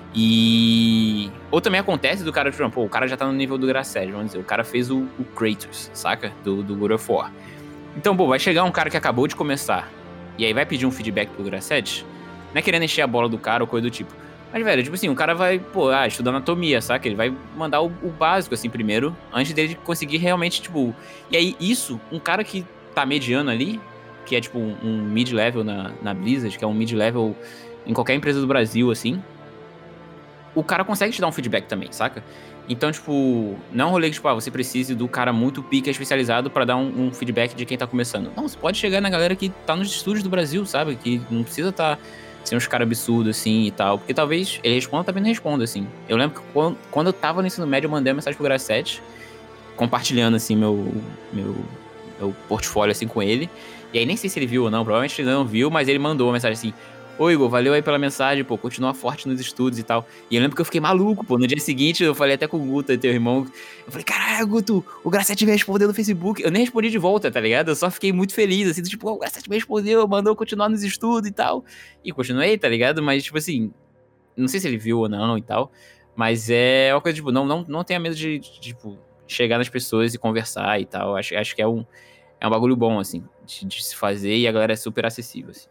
Ou também acontece do cara, tipo, pô, o cara já tá no nível do Grassetti, vamos dizer, o cara fez o Kratos, saca? Do God of War. Então, pô, vai chegar um cara que acabou de começar, e aí vai pedir um feedback pro Grassetti, não é querendo encher a bola do cara ou coisa do tipo. Mas, velho, tipo assim, o cara vai, pô, estudar anatomia, saca? Ele vai mandar o básico, assim, primeiro, antes dele conseguir realmente, tipo... E aí, isso, um cara que tá mediano ali, que é tipo um mid-level na Blizzard, que é um mid-level em qualquer empresa do Brasil, assim, o cara consegue te dar um feedback também, saca? Então, tipo, não é um rolê que, tipo, você precise do cara muito pica especializado pra dar um feedback de quem tá começando. Não, você pode chegar na galera que tá nos estúdios do Brasil, sabe? Que não precisa ser uns caras absurdos, assim, e tal. Porque talvez ele responda, também não responda, assim. Eu lembro que quando eu tava no ensino médio, eu mandei uma mensagem pro Grasset, compartilhando, assim, meu portfólio, assim, com ele. E aí, nem sei se ele viu ou não, provavelmente ele não viu, mas ele mandou uma mensagem assim: ô Igor, valeu aí pela mensagem, pô, continua forte nos estudos e tal. E eu lembro que eu fiquei maluco, pô. No dia seguinte, eu falei até com o Guto, teu irmão. Eu falei, caralho, Guto, o Grasset me respondeu no Facebook. Eu nem respondi de volta, tá ligado? Eu só fiquei muito feliz, assim, tipo, o Grasset me respondeu, mandou continuar nos estudos e tal. E continuei, tá ligado? Mas, tipo assim, não sei se ele viu ou não e tal. Mas é uma coisa, tipo, não tenha medo tipo, chegar nas pessoas e conversar e tal. Acho que é um bagulho bom, assim, de se fazer, e a galera é super acessível, assim.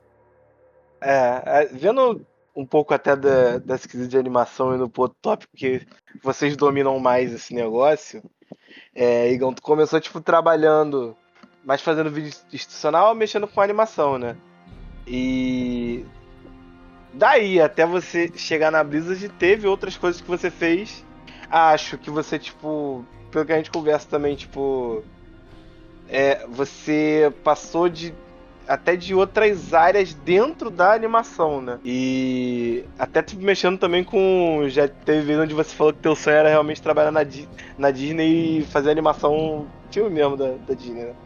Vendo um pouco até dessa crise de animação e no outro tópico que vocês dominam mais esse negócio, Igão, tu começou, tipo, trabalhando, mais fazendo vídeo institucional, mexendo com animação, né? E daí, até você chegar na Blizzard, teve outras coisas que você fez. Acho que você, tipo, pelo que a gente conversa também, tipo, você passou até de outras áreas dentro da animação, né? E até tipo, mexendo também com. Já teve vezes onde você falou que teu sonho era realmente trabalhar na Disney e fazer animação filme mesmo da Disney, né?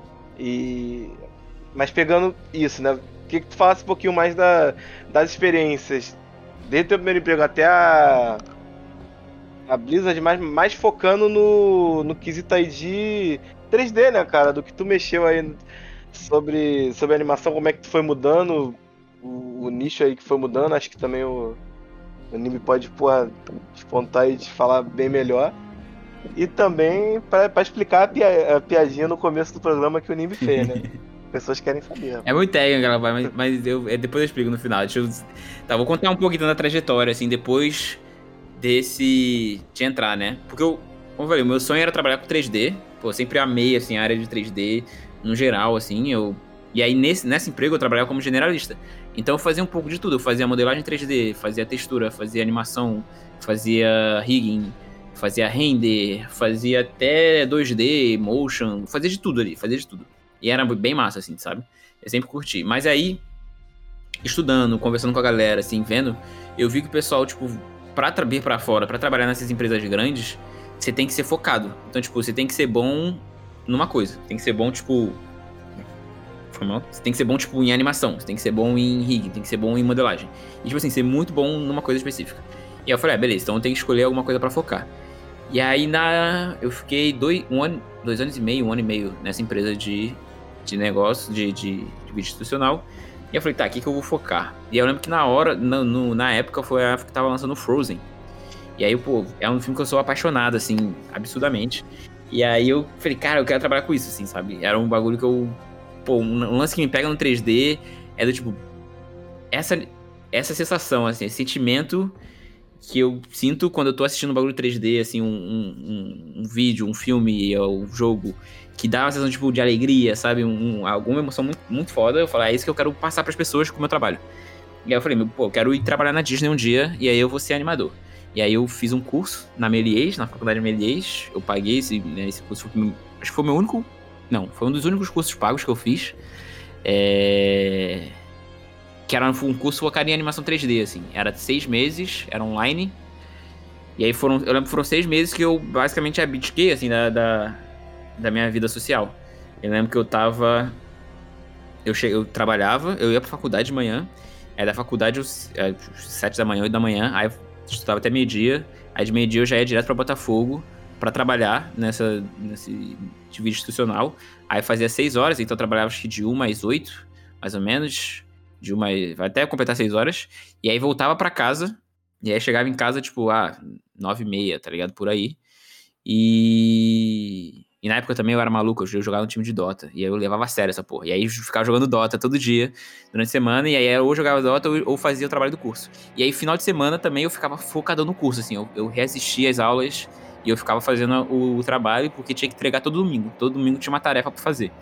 Mas pegando isso, né? Queria que tu falasse um pouquinho mais das experiências. Desde o teu primeiro emprego até a Blizzard, mais focando no quesito aí de 3D, né, cara? Do que tu mexeu aí sobre a animação, como é que tu foi mudando, o nicho aí que foi mudando. Acho que também o Nimi pode, porra, despontar e te falar bem melhor. E também pra explicar a piadinha no começo do programa que o Nimi fez, né? Pessoas querem saber.
É muito técnico aquela parte, mas depois eu explico no final. Tá, vou contar um pouquinho da trajetória, assim, depois de entrar, né? Porque como eu falei, o meu sonho era trabalhar com 3D. Pô, eu sempre amei, assim, a área de 3D no geral, assim. E aí, nesse emprego, eu trabalhava como generalista. Então, eu fazia um pouco de tudo. Eu fazia modelagem 3D, fazia textura, fazia animação, fazia rigging, fazia render, fazia até 2D, motion, fazia de tudo ali, fazia de tudo. E era bem massa, assim, sabe? Eu sempre curti. Mas aí, estudando, conversando com a galera, assim, vendo, eu vi que o pessoal, tipo, pra vir pra fora, pra trabalhar nessas empresas grandes, você tem que ser focado. Então, tipo, você tem que ser bom numa coisa. Tem que ser bom, tipo... Você tem que ser bom, tipo, em animação. Você tem que ser bom em rig, tem que ser bom em modelagem. E, tipo assim, ser muito bom numa coisa específica. E aí eu falei, beleza, então eu tenho que escolher alguma coisa pra focar. E aí, eu fiquei 2 anos e meio, 1 ano e meio nessa empresa de negócio, de vídeo institucional. E eu falei, tá, o que eu vou focar? E eu lembro que na época, foi a época que tava lançando Frozen. E aí, pô, é um filme que eu sou apaixonado, assim, absurdamente. E aí eu falei, cara, eu quero trabalhar com isso, assim, sabe? Era um bagulho que pô, um lance que me pega no 3D é do tipo... Essa sensação, assim, esse sentimento que eu sinto quando eu tô assistindo um bagulho 3D, assim, um vídeo, um filme, um jogo, que dá uma sensação, tipo, de alegria, sabe? Alguma emoção muito, muito foda. Eu falo, é isso que eu quero passar pras pessoas com o meu trabalho. E aí eu falei, pô, eu quero ir trabalhar na Disney um dia, e aí eu vou ser animador. E aí eu fiz um curso na Méliès, na faculdade Méliès. Eu paguei esse curso, acho que foi o meu único... Não, foi um dos únicos cursos pagos que eu fiz. Que era um curso focado em animação 3D, assim. Era 6 meses, era online. E aí eu lembro que foram 6 meses que eu basicamente abdiquei, assim, da minha vida social. Eu lembro que eu trabalhava, eu ia pra faculdade de manhã. Aí da faculdade, 7 da manhã, 8 da manhã. Aí eu estudava até meio-dia. Aí de meio-dia eu já ia direto pra Botafogo pra trabalhar nesse vídeo institucional. Aí fazia 6 horas, então eu trabalhava acho que de 1 às 8, mais ou menos. Vai até completar 6 horas. E aí voltava pra casa. E aí chegava em casa, tipo, 9h30, tá ligado? Por aí. E na época também eu era maluco, eu jogava no time de Dota. E aí eu levava a sério essa porra. E aí eu ficava jogando Dota todo dia, durante a semana. E aí ou jogava Dota ou fazia o trabalho do curso. E aí final de semana também eu ficava focadão no curso, assim. Eu reassistia as aulas e eu ficava fazendo o trabalho, porque tinha que entregar todo domingo. Todo domingo tinha uma tarefa pra fazer.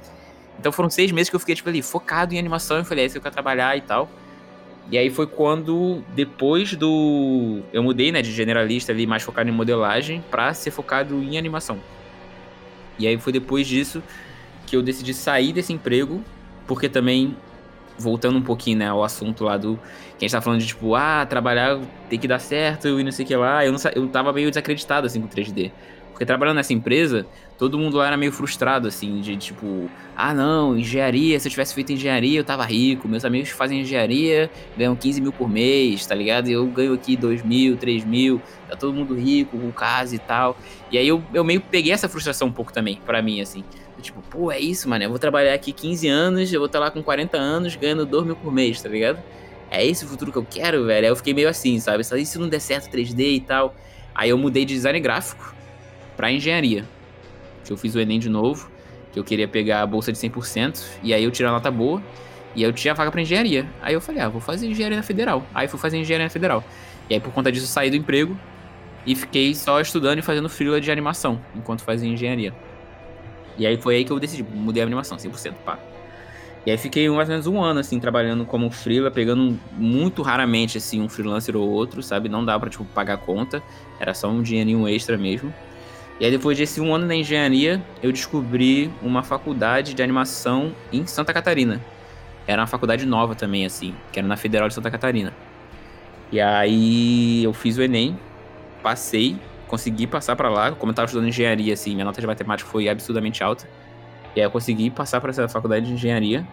Então foram 6 meses que eu fiquei, tipo, ali, focado em animação. Eu falei, é isso que eu quero trabalhar e tal. E aí foi quando, depois do... Eu mudei, né, de generalista ali, mais focado em modelagem, pra ser focado em animação. E aí foi depois disso que eu decidi sair desse emprego, porque também, voltando um pouquinho, né, ao assunto lá do... Que a gente tá falando de, tipo, trabalhar tem que dar certo e não sei o que lá. Eu tava meio desacreditado, assim, com 3D. Porque trabalhando nessa empresa, todo mundo lá era meio frustrado, assim, de tipo... não, engenharia, se eu tivesse feito engenharia eu tava rico. Meus amigos que fazem engenharia ganham 15 mil por mês, tá ligado? E eu ganho aqui 2 mil, 3 mil, tá todo mundo rico, com casa e tal. E aí eu meio peguei essa frustração um pouco também, pra mim, assim. Tipo, pô, é isso, mano, eu vou trabalhar aqui 15 anos, eu vou estar lá com 40 anos ganhando 2 mil por mês, tá ligado? É esse o futuro que eu quero, velho? Aí eu fiquei meio assim, sabe? E se não der certo 3D e tal? Aí eu mudei de design gráfico pra engenharia. Que eu fiz o Enem de novo, que eu queria pegar a bolsa de 100%, e aí eu tirei a nota boa, e aí eu tinha vaga pra engenharia. Aí eu falei, vou fazer engenharia na federal. Aí fui fazer engenharia na federal. E aí por conta disso eu saí do emprego e fiquei só estudando e fazendo freela de animação, enquanto fazia engenharia. E aí foi aí que eu decidi, mudei a animação, 100%, pá. E aí fiquei mais ou menos um ano, assim, trabalhando como freela, pegando muito raramente, assim, um freelancer ou outro, sabe? Não dava pra, tipo, pagar a conta, era só um dinheirinho extra mesmo. E aí depois desse um ano na engenharia, eu descobri uma faculdade de animação em Santa Catarina. Era uma faculdade nova também, assim, que era na Federal de Santa Catarina. E aí eu fiz o Enem, passei, consegui passar pra lá. Como eu tava estudando engenharia, assim, minha nota de matemática foi absurdamente alta. E aí eu consegui passar pra essa faculdade de engenharia.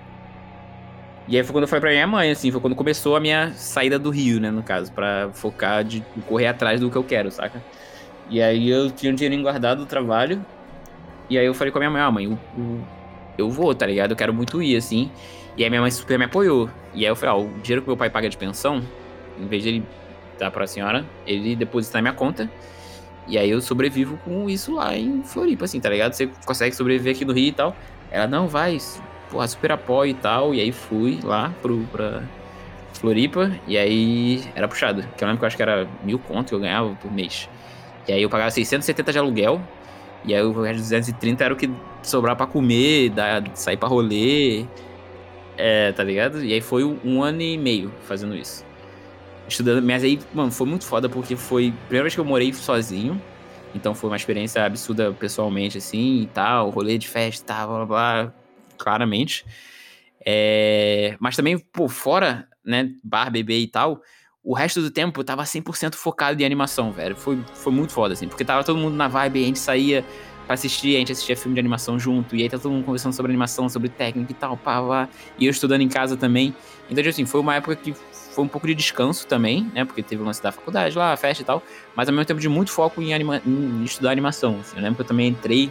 E aí foi quando eu falei pra minha mãe, assim, foi quando começou a minha saída do Rio, né, no caso, pra focar de correr atrás do que eu quero, saca? E aí eu tinha um dinheirinho guardado do trabalho. E aí eu falei com a minha mãe, mãe, eu vou, tá ligado? Eu quero muito ir, assim. E aí minha mãe super me apoiou. E aí eu falei, o dinheiro que meu pai paga de pensão, em vez de ele dar pra senhora, ele deposita na minha conta. E aí eu sobrevivo com isso lá em Floripa, assim, tá ligado? Você consegue sobreviver aqui no Rio e tal. Ela, não, vai, porra, super apoio e tal. E aí fui lá pra Floripa. E aí era puxado. Que eu lembro que eu acho que era 1.000 conto que eu ganhava por mês. E aí eu pagava 670 de aluguel. E aí o resto de 230 era o que sobrava pra comer, sair pra rolê. Tá ligado? E aí foi 1 ano e meio fazendo isso. Estudando, mas aí, mano, foi muito foda porque foi a primeira vez que eu morei sozinho. Então foi uma experiência absurda pessoalmente, assim, e tal. Rolê de festa, blá, blá, blá, claramente. Mas também, pô, fora, né, bar, bebê e tal, o resto do tempo eu tava 100% focado em animação, velho. Foi muito foda, assim, porque tava todo mundo na vibe, a gente saía pra assistir, a gente assistia filme de animação junto, e aí tá todo mundo conversando sobre animação, sobre técnica e tal, pá, pá, e eu estudando em casa também. Então, assim, foi uma época que foi um pouco de descanso também, né, porque teve o lance da faculdade lá, a festa e tal, mas ao mesmo tempo de muito foco em estudar animação, assim. Eu lembro que eu também entrei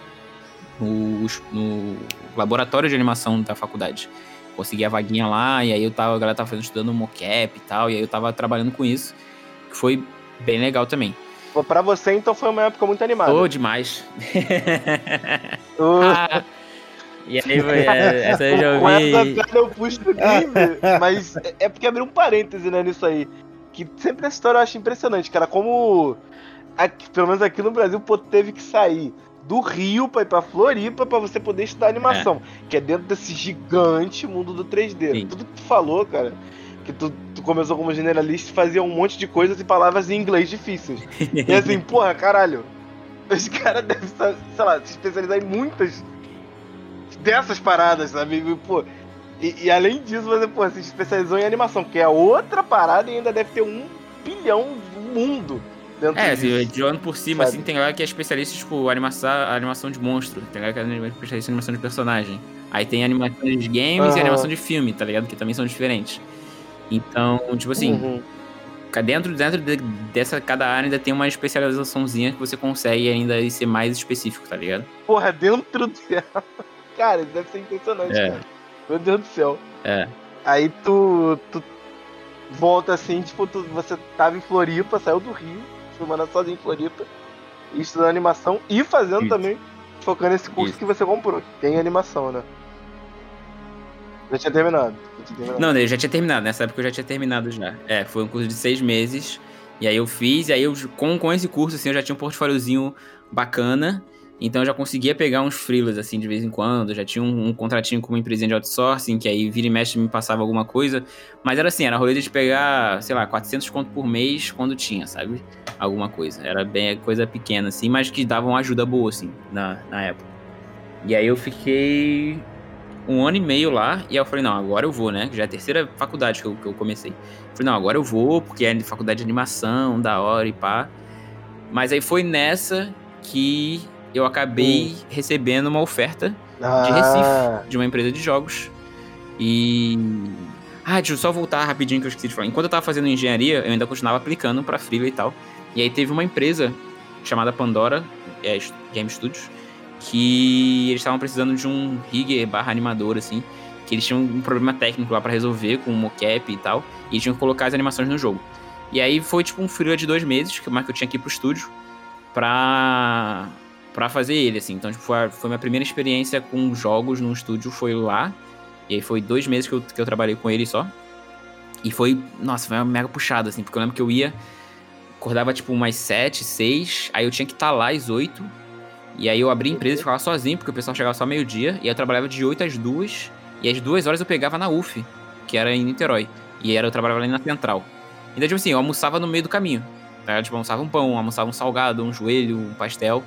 no laboratório de animação da faculdade. Consegui a vaguinha lá, e aí a galera tava estudando mocap e tal, e aí eu tava trabalhando com isso, que foi bem legal também.
Pô, pra você, então, foi uma época muito animada.
Tô demais. E aí, essa eu já ouvi.
Com essa piada eu puxo do game, mas é porque abriu um parêntese, né, nisso aí. Que sempre essa história eu acho impressionante, cara, como... pelo menos aqui no Brasil, pô, teve que sair do Rio pra ir pra Floripa pra você poder estudar animação. Que é dentro desse gigante mundo do 3D.
Sim.
Tudo que tu falou, cara, que tu começou como generalista e fazia um monte de coisas e palavras em inglês difíceis. E assim, porra, caralho, os caras devem, sei lá, se especializar em muitas dessas paradas, sabe? E, pô, e além disso, você, pô, se especializou em animação, que é outra parada e ainda deve ter 1 bilhão do mundo.
Assim, de olhando por cima,
sabe?
assim, tem galera que é especialista, tipo, animação de monstro. Tem galera que é especialista em animação de personagem. Aí tem animação de games e animação de filme, tá ligado? Que também são diferentes. Então, tipo assim, dentro dessa cada área ainda tem uma especializaçãozinha que você consegue ainda ser mais específico, tá ligado?
Porra, dentro dela. Cara, isso deve ser impressionante, cara. Meu Deus do céu. Aí tu volta assim, tipo, você tava em Floripa, saiu do Rio, filmando sozinho em Floripa, e estudando animação e fazendo também, focando nesse curso que você comprou, que tem animação, né? Já tinha terminado.
Não, eu já tinha terminado, nessa época eu já tinha terminado já. Foi um curso de 6 meses, e aí eu fiz, e aí eu, com esse curso, assim, eu já tinha um portfóliozinho bacana, Então eu já conseguia pegar uns freelas, assim, de vez em quando. Já tinha um contratinho com uma empresa de outsourcing, que aí vira e mexe me passava alguma coisa. Mas era assim, era rolê de pegar, sei lá, 400 conto por mês quando tinha, sabe? Alguma coisa. Era bem coisa pequena, assim, mas que dava uma ajuda boa, assim, na época. E aí eu fiquei 1 ano e meio lá, e aí eu falei, não, agora eu vou, né? Já é a terceira faculdade que eu comecei. Falei, não, agora eu vou, porque é faculdade de animação, da hora e pá. Mas aí foi nessa que eu acabei recebendo uma oferta de Recife, de uma empresa de jogos. E... deixa eu só voltar rapidinho que eu esqueci de falar. Enquanto eu tava fazendo engenharia, eu ainda continuava aplicando pra freela e tal. E aí teve uma empresa chamada Pandora Game Studios, que eles estavam precisando de um rigger / animador, assim, que eles tinham um problema técnico lá pra resolver com o mocap e tal, e tinham que colocar as animações no jogo. E aí foi tipo um freela de 2 meses, que eu tinha que ir pro estúdio pra fazer ele, assim. Então, tipo, foi minha primeira experiência com jogos num estúdio, foi lá. E aí foi 2 meses que eu trabalhei com ele só. E foi uma mega puxada, assim, porque eu lembro que eu acordava tipo umas 7, 6, aí eu tinha que estar lá às 8, e aí eu abria a empresa e ficava sozinho, porque o pessoal chegava só meio-dia, e aí eu trabalhava de 8 às 2, e às 2 horas eu pegava na UF, que era em Niterói, e eu trabalhava ali na Central. Então, tipo assim, eu almoçava no meio do caminho, tá? Tipo, almoçava um pão, almoçava um salgado, um joelho, um pastel.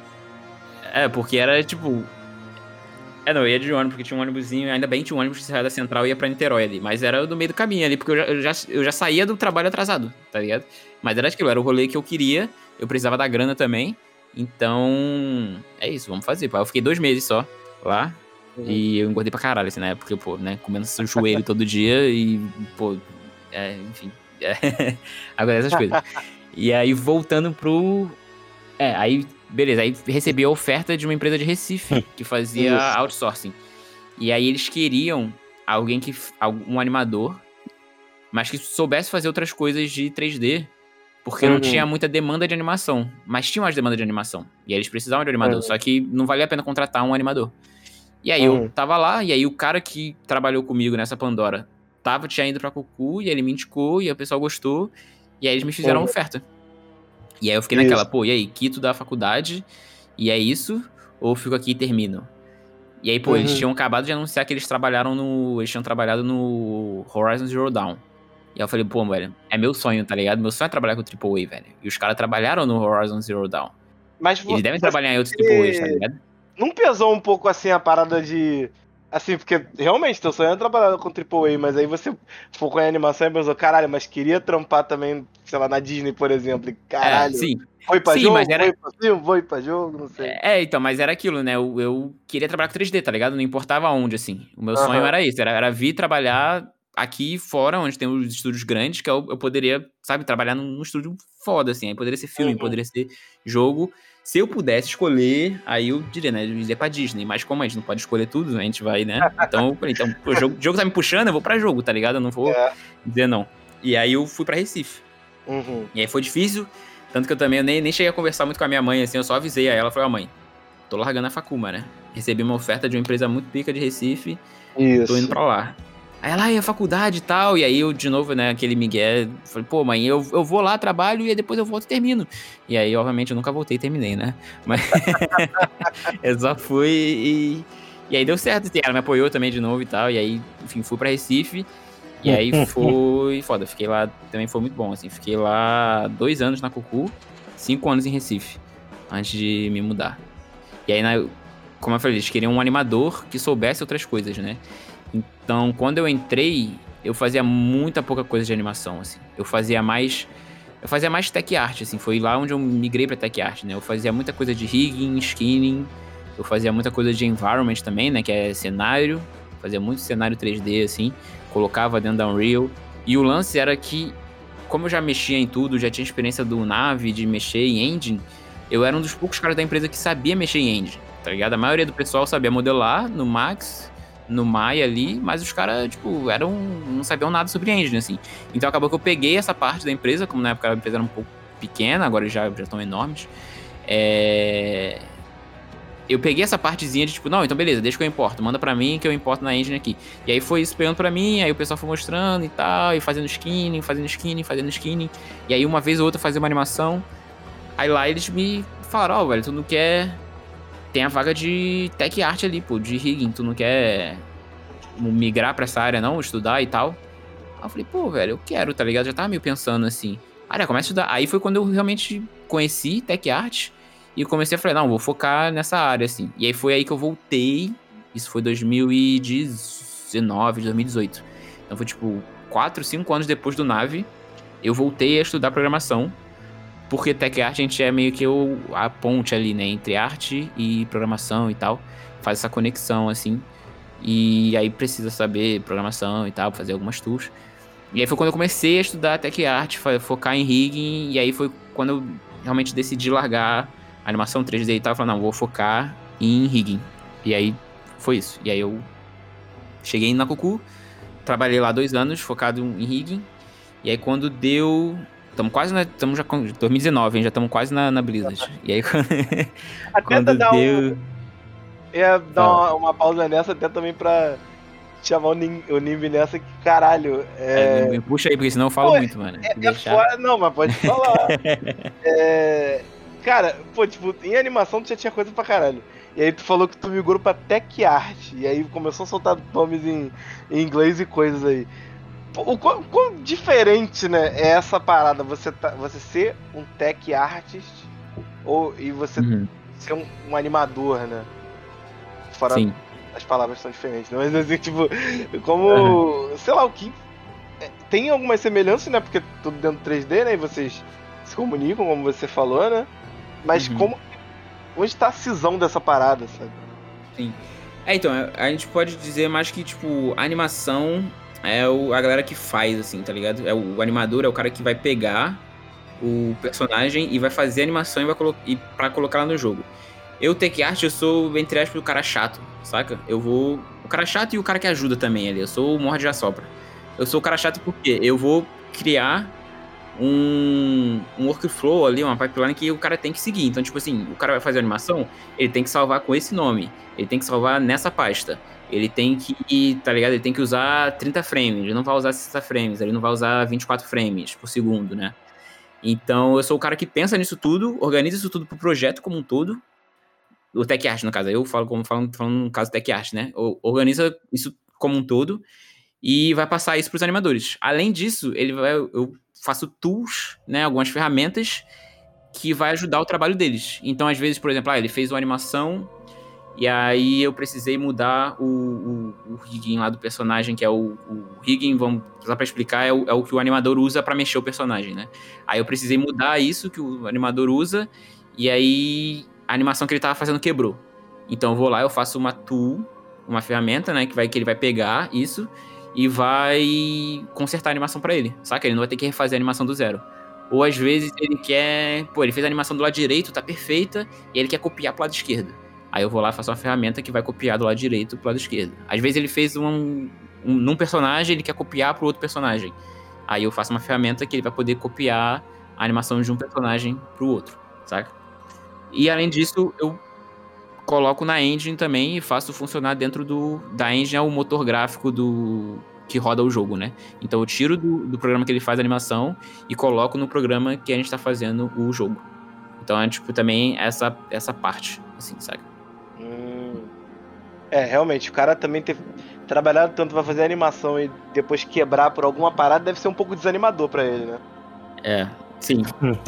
Porque era, tipo... não, eu ia de ônibus, porque tinha um ônibusinho, ainda bem que tinha um ônibus que saía da Central e ia pra Niterói ali, mas era do meio do caminho ali, porque eu já saía do trabalho atrasado, tá ligado? Mas era aquilo, era o rolê que eu queria, eu precisava da grana também, então é isso, vamos fazer. Eu fiquei 2 meses só lá, e eu engordei pra caralho, assim, na época, pô, né, comendo seu joelho todo dia e, pô, enfim, acontece essas coisas. E aí, voltando pro... aí... Beleza, aí recebi a oferta de uma empresa de Recife, que fazia outsourcing. E aí eles queriam um animador, mas que soubesse fazer outras coisas de 3D, porque não tinha muita demanda de animação. Mas tinha umas demandas de animação. E aí eles precisavam de um animador, só que não valia a pena contratar um animador. E aí eu tava lá, e aí o cara que trabalhou comigo nessa Pandora tinha ido pra Cucu, e ele me indicou, e aí o pessoal gostou, e aí eles me fizeram a oferta. E aí eu fiquei naquela, pô, e aí, quito da faculdade, e é isso? Ou fico aqui e termino? E aí, pô, eles tinham acabado de anunciar que eles tinham trabalhado no Horizon Zero Dawn. E aí eu falei, pô, velho, é meu sonho, tá ligado? Meu sonho é trabalhar com o AAA, velho. E os caras trabalharam no Horizon Zero Dawn.
Mas
eles devem trabalhar em outros AAA, tá ligado?
Não pesou um pouco, assim, a parada de... Assim, porque realmente teu sonho é trabalhar com AAA, mas aí você focou em animação e pensou, caralho, mas queria trampar também, sei lá, na Disney, por exemplo. Caralho,
sim.
Foi pra jogo,
mas era...
foi pra filme, foi pra jogo, não sei.
Então, mas era aquilo, né? Eu queria trabalhar com 3D, tá ligado? Não importava onde, assim. O meu sonho era isso, era vir trabalhar aqui fora, onde tem os estúdios grandes, que eu poderia, sabe, trabalhar num estúdio foda, assim. Aí poderia ser filme, poderia ser jogo. Se eu pudesse escolher, aí eu diria, né? Eu iria pra Disney. Mas como a gente não pode escolher tudo, a gente vai, né? Então, o jogo tá me puxando, eu vou pra jogo, tá ligado? Eu não vou dizer não. E aí eu fui pra Recife. E aí foi difícil, tanto que eu também nem cheguei a conversar muito com a minha mãe, assim, eu só avisei a ela, falei, mãe, tô largando a facuma, né? Recebi uma oferta de uma empresa muito pica de Recife, tô indo pra lá. Aí ela, a faculdade e tal, e aí eu, de novo, né, aquele migué, falei, pô, mãe, eu vou lá, trabalho, e aí depois eu volto e termino. E aí, obviamente, eu nunca voltei e terminei, né? Mas eu só fui e aí deu certo, ela me apoiou também de novo e tal, e aí, enfim, fui pra Recife, e aí foi foda, fiquei lá, também foi muito bom, assim, fiquei lá 2 anos na Cucu, 5 anos em Recife, antes de me mudar. E aí, como eu falei, eles queriam um animador que soubesse outras coisas, né? Então, quando eu entrei, eu fazia muita pouca coisa de animação, assim. Eu fazia mais tech art, assim. Foi lá onde eu migrei pra tech art, né? Eu fazia muita coisa de rigging, skinning. Eu fazia muita coisa de environment também, né? Que é cenário. Fazia muito cenário 3D, assim. Colocava dentro da Unreal. E o lance era que, como eu já mexia em tudo, já tinha experiência do Navi, de mexer em engine, eu era um dos poucos caras da empresa que sabia mexer em engine, tá ligado? A maioria do pessoal sabia modelar no Max, no Maya ali, mas os caras, tipo, não sabiam nada sobre engine, assim. Então acabou que eu peguei essa parte da empresa, como na época a empresa era um pouco pequena, agora eles já estão enormes. Eu peguei essa partezinha de tipo, não, então beleza, deixa que eu importo, manda pra mim que eu importo na engine aqui. E aí foi isso pegando pra mim, aí o pessoal foi mostrando e tal, e fazendo skinning. E aí uma vez ou outra fazia uma animação. Aí lá eles me falaram, velho, tu não quer tem a vaga de Tech Art ali, pô, de rigging. Tu não quer migrar pra essa área, não? Estudar e tal? Aí eu falei, pô, velho, eu quero, tá ligado? Já tava meio pensando assim. Aí, começa a estudar. Aí foi quando eu realmente conheci Tech Art e comecei a falar, não, vou focar nessa área, assim. E aí foi aí que eu voltei. Isso foi 2019, 2018. Então foi tipo 4, 5 anos depois do Nave, eu voltei a estudar programação. Porque Tech Art a gente é meio que a ponte ali, né? Entre arte e programação e tal. Faz essa conexão, assim. E aí precisa saber programação e tal, fazer algumas tools. E aí foi quando eu comecei a estudar Tech Art, focar em rigging. E aí foi quando eu realmente decidi largar a animação 3D e tal. Falei, não, vou focar em rigging. E aí foi isso. E aí eu cheguei na Cucu, trabalhei lá 2 anos, focado em rigging. E aí quando deu... Estamos já com 2019, hein? Já estamos quase na Blizzard. E aí quando deu...
Ia dar uma pausa nessa até também pra chamar o Nimbi nessa que, caralho...
Me puxa aí, porque senão eu falo muito, mano.
Fora... Não, mas pode falar. Cara, pô, tipo, em animação tu já tinha coisa pra caralho. E aí tu falou que tu migrou pra Tech Art. E aí começou a soltar nomes em inglês e coisas aí. O quão diferente, né, é essa parada? Você ser um tech artist e você ser um animador, né? Fora
Sim.
as palavras são diferentes, né? Mas assim, tipo, como... Sei lá, o que... Tem algumas semelhanças, né? Porque tudo dentro do 3D, né? E vocês se comunicam, como você falou, né? Mas onde tá a cisão dessa parada, sabe?
Sim. Então, a gente pode dizer mais que, tipo, a animação... é a galera que faz, assim, tá ligado? O animador é o cara que vai pegar o personagem e vai fazer a animação pra colocar lá no jogo. Eu, Tech Art, eu sou, entre aspas, o cara chato, saca? O cara chato e o cara que ajuda também ali. Eu sou o morde e assopra. Eu sou o cara chato porque eu vou criar um workflow ali, uma pipeline que o cara tem que seguir. Então, tipo assim, o cara vai fazer a animação, ele tem que salvar com esse nome. Ele tem que salvar nessa pasta. Ele tem que, tá ligado? Ele tem que usar 30 frames, ele não vai usar 60 frames, ele não vai usar 24 frames por segundo, né? Então, eu sou o cara que pensa nisso tudo, organiza isso tudo pro projeto como um todo. O Tech Art, no caso. Aí eu falando no caso Tech Art, né? Organiza isso como um todo e vai passar isso pros animadores. Além disso, eu faço tools, né? Algumas ferramentas que vai ajudar o trabalho deles. Então, às vezes, por exemplo, ele fez uma animação... E aí eu precisei mudar o rigging lá do personagem, que é o rigging, vamos usar pra explicar, é o que o animador usa pra mexer o personagem, né? Aí eu precisei mudar isso que o animador usa, e aí a animação que ele tava fazendo quebrou. Então eu vou lá, eu faço uma tool, uma ferramenta, né, que ele vai pegar isso e vai consertar a animação pra ele, saca? Ele não vai ter que refazer a animação do zero. Ou às vezes ele ele fez a animação do lado direito, tá perfeita, e ele quer copiar pro lado esquerdo. Aí eu vou lá e faço uma ferramenta que vai copiar do lado direito pro lado esquerdo. Às vezes ele fez num personagem, ele quer copiar pro outro personagem. Aí eu faço uma ferramenta que ele vai poder copiar a animação de um personagem pro outro, saca? E além disso, eu coloco na engine também e faço funcionar dentro da engine o motor gráfico que roda o jogo, né? Então eu tiro do programa que ele faz a animação e coloco no programa que a gente tá fazendo o jogo. Então é tipo também essa parte, assim, saca?
Realmente, o cara também ter trabalhado tanto pra fazer animação e depois quebrar por alguma parada deve ser um pouco desanimador pra ele, né?
Sim.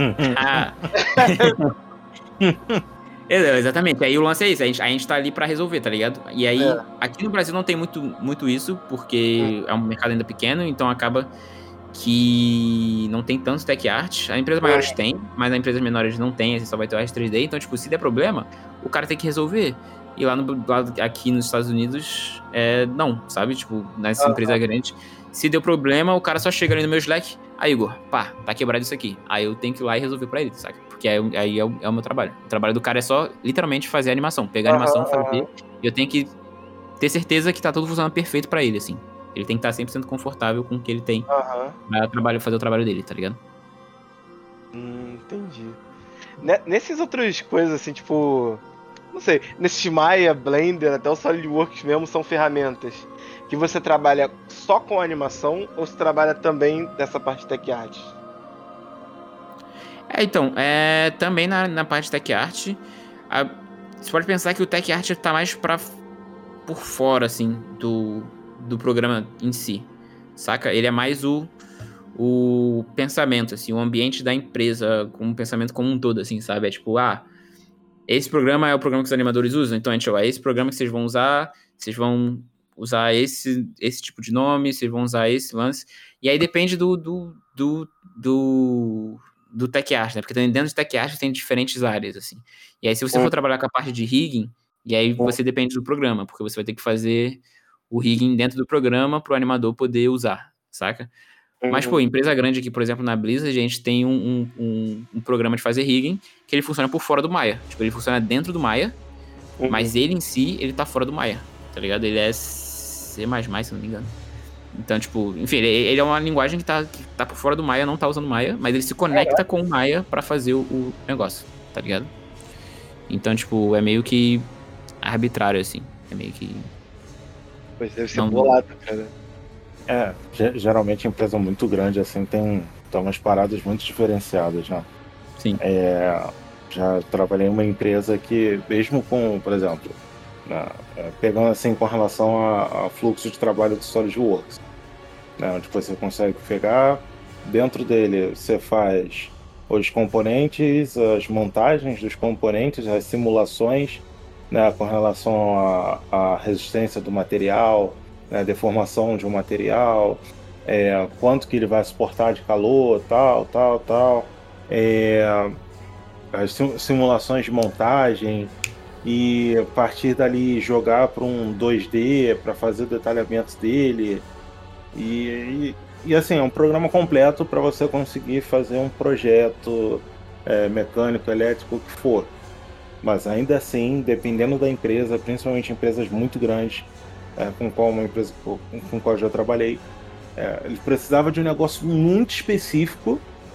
Exatamente, aí o lance é isso, a gente tá ali pra resolver, tá ligado? E aí, aqui no Brasil não tem muito isso, porque é um mercado ainda pequeno, então acaba que não tem tanto Tech Art. As empresas maiores tem, mas as empresas menores não tem, só vai ter o Art 3D, então, tipo, se der problema, o cara tem que resolver. E aqui nos Estados Unidos, não, sabe? Tipo, nas empresas grandes, se deu problema, o cara só chega ali no meu Slack, aí, Igor, pá, tá quebrado isso aqui. Aí eu tenho que ir lá e resolver pra ele, saca? Porque aí é o meu trabalho. O trabalho do cara é só, literalmente, fazer a animação. Pegar a animação, fazer, e eu tenho que ter certeza que tá tudo funcionando perfeito pra ele, assim. Ele tem que estar 100% confortável com o que ele tem pra fazer o trabalho dele, tá ligado?
Entendi. Nesses outras coisas, assim, tipo... Não sei, nesse Maya, Blender, até o SolidWorks mesmo, são ferramentas que você trabalha só com animação ou você trabalha também dessa parte de Tech Art?
Então, também na parte de Tech Art, Você pode pensar que o Tech Art tá mais por fora, assim, do programa em si, saca? Ele é mais o pensamento, assim, o ambiente da empresa, com o pensamento como um todo, assim, sabe? É tipo, esse programa é o programa que os animadores usam, então é esse programa que vocês vão usar esse tipo de nome, vocês vão usar esse lance, e aí depende do Tech Art, né? Porque dentro de Tech Art tem diferentes áreas, assim. E aí se você for trabalhar com a parte de rigging, e aí você depende do programa, porque você vai ter que fazer o rigging dentro do programa para o animador poder usar, saca? Mas, pô, empresa grande aqui, por exemplo, na Blizzard, a gente tem um programa de fazer rigging que ele funciona por fora do Maya. Tipo, ele funciona dentro do Maya, mas ele em si, ele tá fora do Maya, tá ligado? Ele é C++, se não me engano. Então, tipo, enfim, ele é uma linguagem que tá por fora do Maya, não tá usando Maya, mas ele se conecta com o Maya pra fazer o negócio, tá ligado? Então, tipo, é meio que arbitrário, assim. É meio que...
Pois deve ser bolado, cara.
Geralmente empresa muito grande, assim, tem umas paradas muito diferenciadas, né?
Sim.
Já trabalhei em uma empresa que, mesmo com, por exemplo, pegando assim com relação a fluxo de trabalho do SolidWorks, né, onde você consegue pegar, dentro dele você faz os componentes, as montagens dos componentes, as simulações, né, com relação à resistência do material, né, deformação de um material, quanto que ele vai suportar de calor, tal. As simulações de montagem e a partir dali jogar para um 2D para fazer detalhamentos dele e assim, é um programa completo para você conseguir fazer um projeto mecânico, elétrico, o que for. Mas ainda assim, dependendo da empresa, principalmente empresas muito grandes, com qual uma empresa com qual eu já trabalhei, ele precisava de um negócio muito específico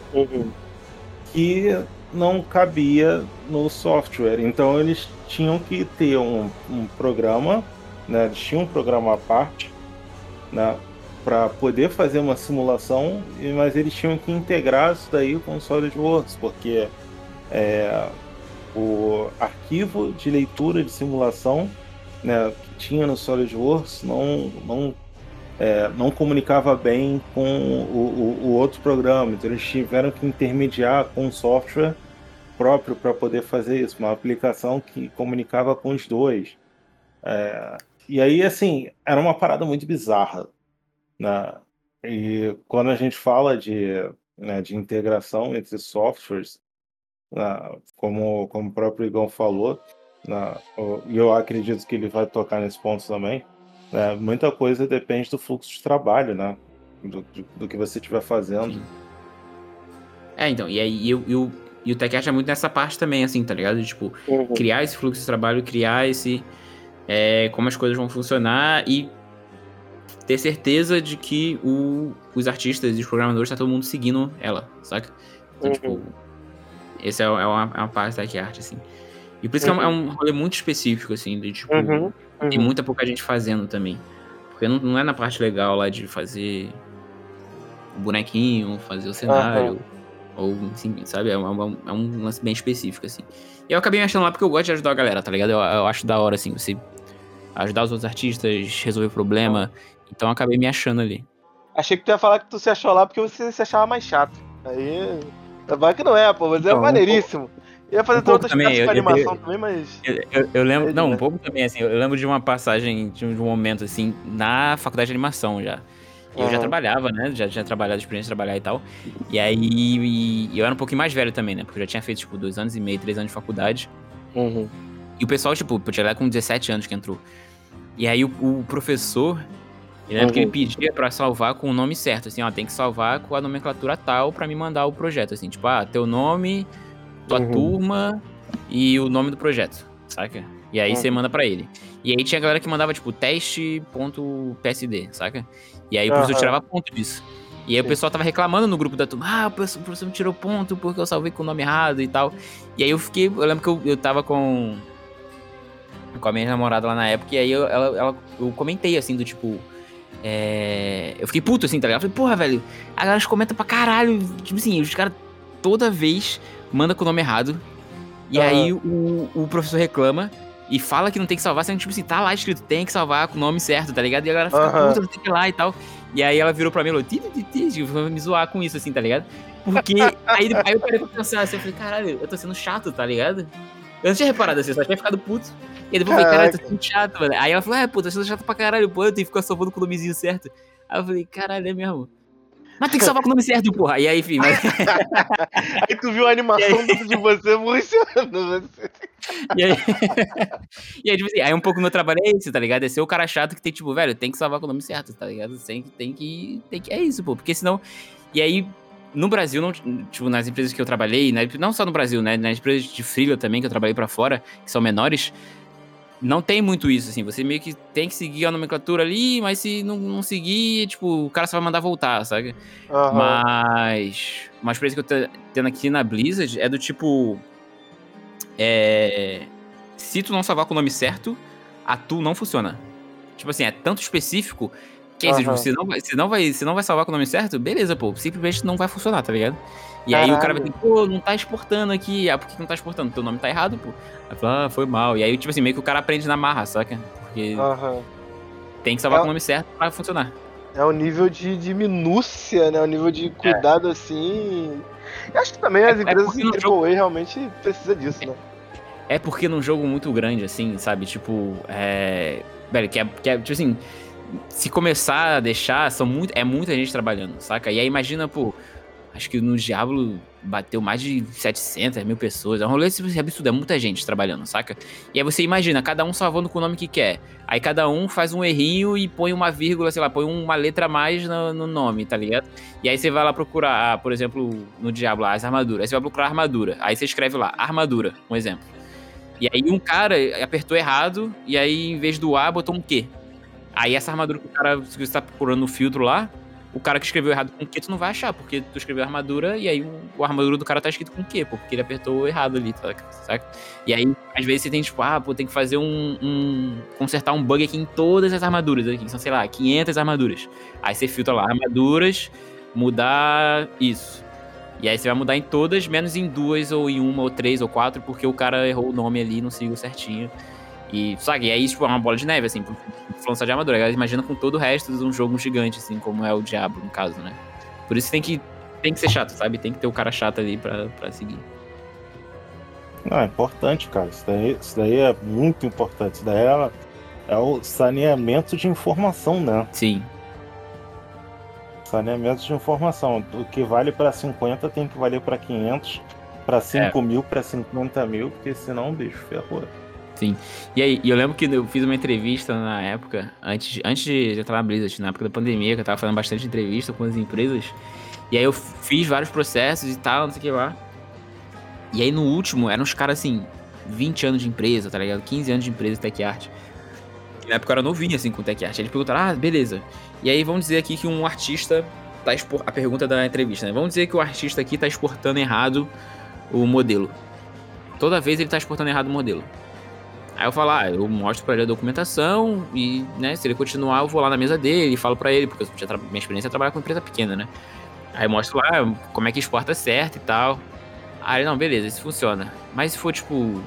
que não cabia no software. Então eles tinham que ter um programa, né? Eles tinham um programa à parte, né? Para poder fazer uma simulação, mas eles tinham que integrar isso daí com o SolidWorks, porque o arquivo de leitura de simulação, né, que tinha no SolidWorks não comunicava bem com o outro programa, então eles tiveram que intermediar com um software próprio para poder fazer isso, uma aplicação que comunicava com os dois. E aí, assim, era uma parada muito bizarra, né? E quando a gente fala de integração entre softwares, como o próprio Igor falou, e eu acredito que ele vai tocar nesse ponto também, muita coisa depende do fluxo de trabalho, né? Do que você estiver fazendo.
Sim. Então, e aí e o TechArt é muito nessa parte também, assim, tá ligado? De, tipo, criar esse fluxo de trabalho, criar esse... como as coisas vão funcionar e ter certeza de que os artistas e os programadores tá todo mundo seguindo ela, saca? Então, tipo, essa é uma parte da TechArt, assim. E por isso que é um rolê muito específico, assim, de, tipo, tem muita pouca gente fazendo também. Porque não é na parte legal lá de fazer o bonequinho, fazer o cenário, ou, assim, sabe? É um lance bem específico, assim. E eu acabei me achando lá porque eu gosto de ajudar a galera, tá ligado? Eu acho da hora, assim, você ajudar os outros artistas, resolver problema. Então eu acabei me achando ali.
Achei que tu ia falar que tu se achou lá porque você se achava mais chato. Aí. Vai que não é, pô, mas é maneiríssimo. Ia fazer outras peças com animação também, mas.
Eu lembro. Não, um pouco também, assim. Eu lembro de uma passagem, de um momento, assim, na faculdade de animação já. E eu já trabalhava, né? Já tinha trabalhado, experiência de trabalhar e tal. E aí eu era um pouquinho mais velho também, né? Porque eu já tinha feito, tipo, 2 anos e meio, 3 anos de faculdade. E o pessoal, tipo, eu tinha lá com 17 anos que entrou. E aí o professor, ele lembra que ele pedia pra salvar com o nome certo, assim, ó, tem que salvar com a nomenclatura tal pra me mandar o projeto, assim, tipo, teu nome, tua turma e o nome do projeto, saca? E aí você manda pra ele. E aí tinha galera que mandava, tipo, teste.psd, saca? E aí o professor tirava ponto disso. E aí o pessoal tava reclamando no grupo da turma, o professor me tirou ponto porque eu salvei com o nome errado e tal. E aí eu lembro que eu tava com a minha namorada lá na época, e aí eu comentei, assim, do tipo... eu fiquei puto, assim, tá ligado? Eu falei, porra, velho, a galera comenta pra caralho, tipo assim, os caras toda vez manda com o nome errado, E aí o professor reclama e fala que não tem que salvar, sendo que, tipo assim, tá lá escrito, tem que salvar com o nome certo, tá ligado? E a galera fica puta, não tem que ir lá e tal. E aí ela virou pra mim e falou, vou me zoar com isso, assim, tá ligado? Porque aí eu parei pra pensar assim, eu falei, caralho, eu tô sendo chato, tá ligado? Eu não tinha reparado assim, eu só tinha ficado puto. E aí depois eu falei, caralho, eu tô sendo chato, mano. Aí ela falou, pô, tô sendo chato pra caralho, pô, eu tenho que ficar salvando com o nomezinho certo. Aí eu falei, caralho, é mesmo. Mas tem que salvar com o nome certo, porra. E aí, enfim, mas...
Aí tu viu a animação de você funcionando.
E aí, tipo assim, aí um pouco do meu trabalho é esse, tá ligado? É ser o cara chato que tem, tipo, velho, tem que salvar com o nome certo, tá ligado? Tem que é isso, pô. Porque senão... E aí, no Brasil, não, tipo, nas empresas que eu trabalhei, né, não só no Brasil, né? Nas empresas de freela também, que eu trabalhei pra fora, que são menores... Não tem muito isso, assim, você meio que tem que seguir a nomenclatura ali, mas se não seguir, tipo, o cara só vai mandar voltar, sabe? Mas uma experiência que eu tô tendo aqui na Blizzard é do tipo, se tu não salvar com o nome certo, a tool não funciona. Tipo assim, é tanto específico que você não vai salvar com o nome certo, beleza, pô, simplesmente não vai funcionar, tá ligado? E aí o cara vai ter, pô, não tá exportando aqui. Por que não tá exportando? Teu nome tá errado, pô. Aí fala, foi mal. E aí, tipo assim, meio que o cara aprende na marra, saca? Porque tem que salvar com o nome certo pra funcionar.
É um nível de minúcia, né? Um nível de cuidado, assim... Eu acho que também as empresas de AAA realmente precisam disso, né?
É porque num jogo muito grande, assim, sabe? Tipo, velho, que é tipo assim... Se começar a deixar, é muita gente trabalhando, saca? E aí imagina, pô... Acho que no Diablo bateu mais de 700 mil pessoas. É um rolê absurdo, é muita gente trabalhando, saca? E aí você imagina, cada um salvando com o nome que quer. Aí cada um faz um errinho e põe uma vírgula, sei lá, põe uma letra a mais no nome, tá ligado? E aí você vai lá procurar, por exemplo, no Diablo, as armaduras. Aí você vai procurar armadura. Aí você escreve lá, armadura, um exemplo. E aí um cara apertou errado, e aí em vez do A, botou um Q. Aí essa armadura que o cara que você tá procurando no filtro lá, o cara que escreveu errado com Q tu não vai achar, porque tu escreveu armadura e aí a armadura do cara tá escrito com Q, pô, porque ele apertou errado ali, saca? E aí, às vezes você tem tipo, tem que fazer consertar um bug aqui em todas as armaduras aqui, que são, sei lá, 500 armaduras. Aí você filtra lá, armaduras, mudar isso. E aí você vai mudar em todas, menos em 2, ou em 1, ou 3, ou 4, porque o cara errou o nome ali, não seguiu certinho. E, sabe, e aí, tipo, é uma bola de neve, assim, falando só de armadura. Agora, imagina com todo o resto de um jogo gigante, assim, como é o Diablo, no caso, né? Por isso tem que ser chato, sabe? Tem que ter o cara chato ali pra seguir.
Não, é importante, cara. Isso daí é muito importante. Isso daí é o saneamento de informação, né?
Sim.
Saneamento de informação. O que vale pra 50 tem que valer pra 500, pra 5 mil, pra 50 mil, porque senão, bicho, ferrou.
Sim. E aí, eu lembro que eu fiz uma entrevista na época, antes de entrar na Blizzard, na época da pandemia, que eu tava fazendo bastante entrevista com as empresas. E aí eu fiz vários processos e tal, não sei o que lá. E aí no último, eram uns caras assim, 20 anos de empresa, tá ligado? 15 anos de empresa, Tech Art. E na época eu era novinho, assim, com Tech Art. Aí eles perguntaram, beleza. E aí vamos dizer aqui que um artista tá a pergunta da entrevista, né? Vamos dizer que o artista aqui tá exportando errado o modelo. Toda vez ele tá exportando errado o modelo. Aí eu falo, eu mostro pra ele a documentação e, né, se ele continuar, eu vou lá na mesa dele e falo pra ele, porque minha experiência é trabalhar com empresa pequena, né? Aí eu mostro lá como é que exporta certo e tal. Aí ele, não, beleza, isso funciona. Mas se for, tipo,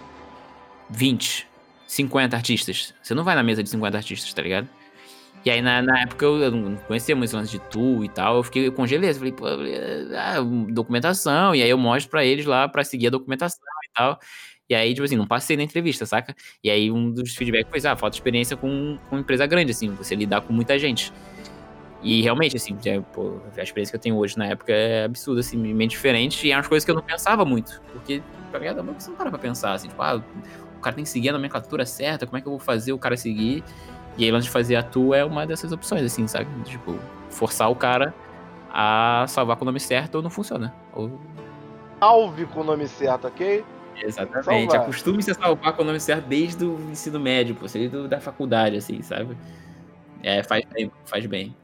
20, 50 artistas, você não vai na mesa de 50 artistas, tá ligado? E aí, na época, eu não conhecia muito lance de tool e tal, eu congelei, eu falei, pô, documentação, e aí eu mostro pra eles lá pra seguir a documentação e tal. E aí, tipo assim, não passei na entrevista, saca? E aí um dos feedbacks foi, falta experiência com empresa grande, assim, você lidar com muita gente. E realmente, assim, a experiência que eu tenho hoje na época é absurda, assim, bem diferente, e é umas coisas que eu não pensava muito, porque, tá ligado? Você não para pra pensar, assim, tipo, o cara tem que seguir a nomenclatura certa, como é que eu vou fazer o cara seguir? E aí, antes de fazer a tool, é uma dessas opções, assim, sabe? Tipo, forçar o cara a salvar com o nome certo ou não funciona.
Salve com o nome certo, ok?
Exatamente, acostume-se a salvar com o nome certo desde o ensino médio, pô, desde da faculdade, assim, sabe? Faz bem.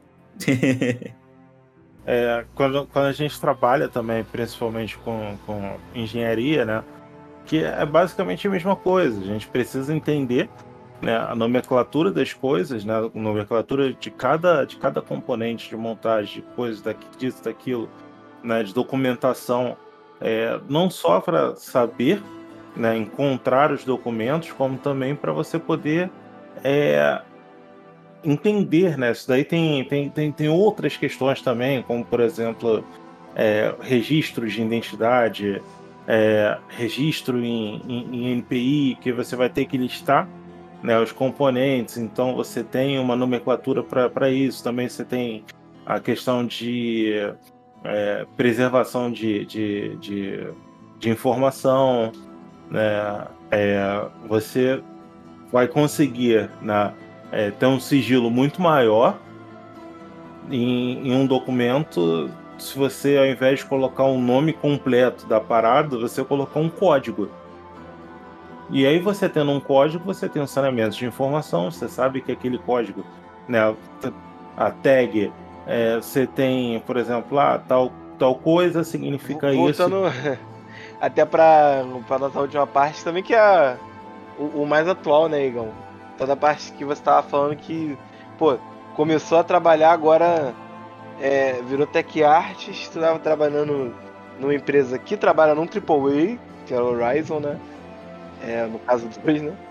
Quando a gente trabalha também, principalmente com engenharia, né? Que é basicamente a mesma coisa. A gente precisa entender, né, a nomenclatura das coisas, né? A nomenclatura de cada componente de montagem, de coisas disso, daquilo, né? De documentação. Não só para saber né, encontrar os documentos, como também para você poder entender, né? Isso daí tem outras questões também, como por exemplo, registros de identidade, registro em NPI, que você vai ter que listar, né, os componentes. Então você tem uma nomenclatura para isso. Também você tem a questão de preservação de informação, né? Você vai conseguir, né, ter um sigilo muito maior em um documento se você, ao invés de colocar um nome completo da parada, você colocar um código. E aí você tendo um código, você tem um saneamento de informação, você sabe que aquele código, né, a tag, você tem, por exemplo, tal coisa significa isso.
Voltando até pra nossa última parte também, que é o mais atual, né, Igão? Toda a parte que você tava falando que, pô, começou a trabalhar agora, virou tech artist, tu tava trabalhando numa empresa que trabalha num AAA, que é o Horizon, né? No caso dos dois, né?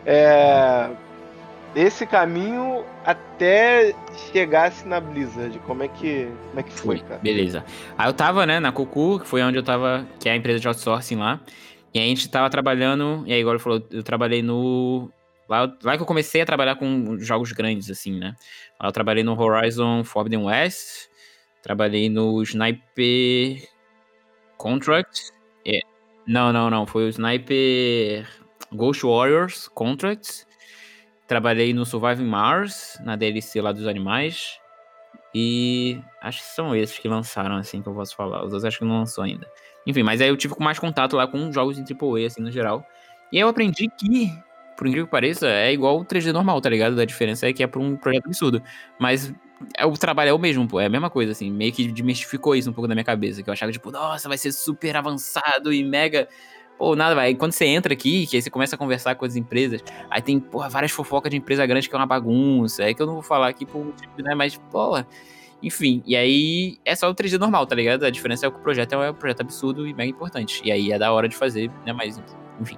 Esse caminho até chegasse na Blizzard, como é que foi, cara?
Beleza. Aí eu tava, né, na Cocu, que foi onde eu tava, que é a empresa de outsourcing lá. E aí a gente tava trabalhando, e aí agora falou, eu trabalhei no... Lá que eu comecei a trabalhar com jogos grandes, assim, né? Lá eu trabalhei no Horizon Forbidden West, trabalhei no Sniper Contract. Não, foi o Sniper Ghost Warriors Contract. Trabalhei no Surviving Mars, na DLC lá dos animais. E acho que são esses que lançaram, assim, que eu posso falar. Os outros acho que não lançou ainda. Enfim, mas aí eu tive mais contato lá com jogos em AAA, assim, no geral. E aí eu aprendi que, por incrível que pareça, é igual o 3D normal, tá ligado? A diferença é que é pra um projeto absurdo. Mas o trabalho é o mesmo, pô. É a mesma coisa, assim. Meio que desmistificou isso um pouco na minha cabeça. Que eu achava, tipo, nossa, vai ser super avançado e mega... Pô, nada, vai. Quando você entra aqui, que aí você começa a conversar com as empresas, aí tem, porra, várias fofocas de empresa grande que é uma bagunça. É que eu não vou falar aqui por motivo, né? Mas, porra... Enfim, e aí é só o 3D normal, tá ligado? A diferença é que o projeto é um projeto absurdo e mega importante. E aí é da hora de fazer, né? Mas, enfim.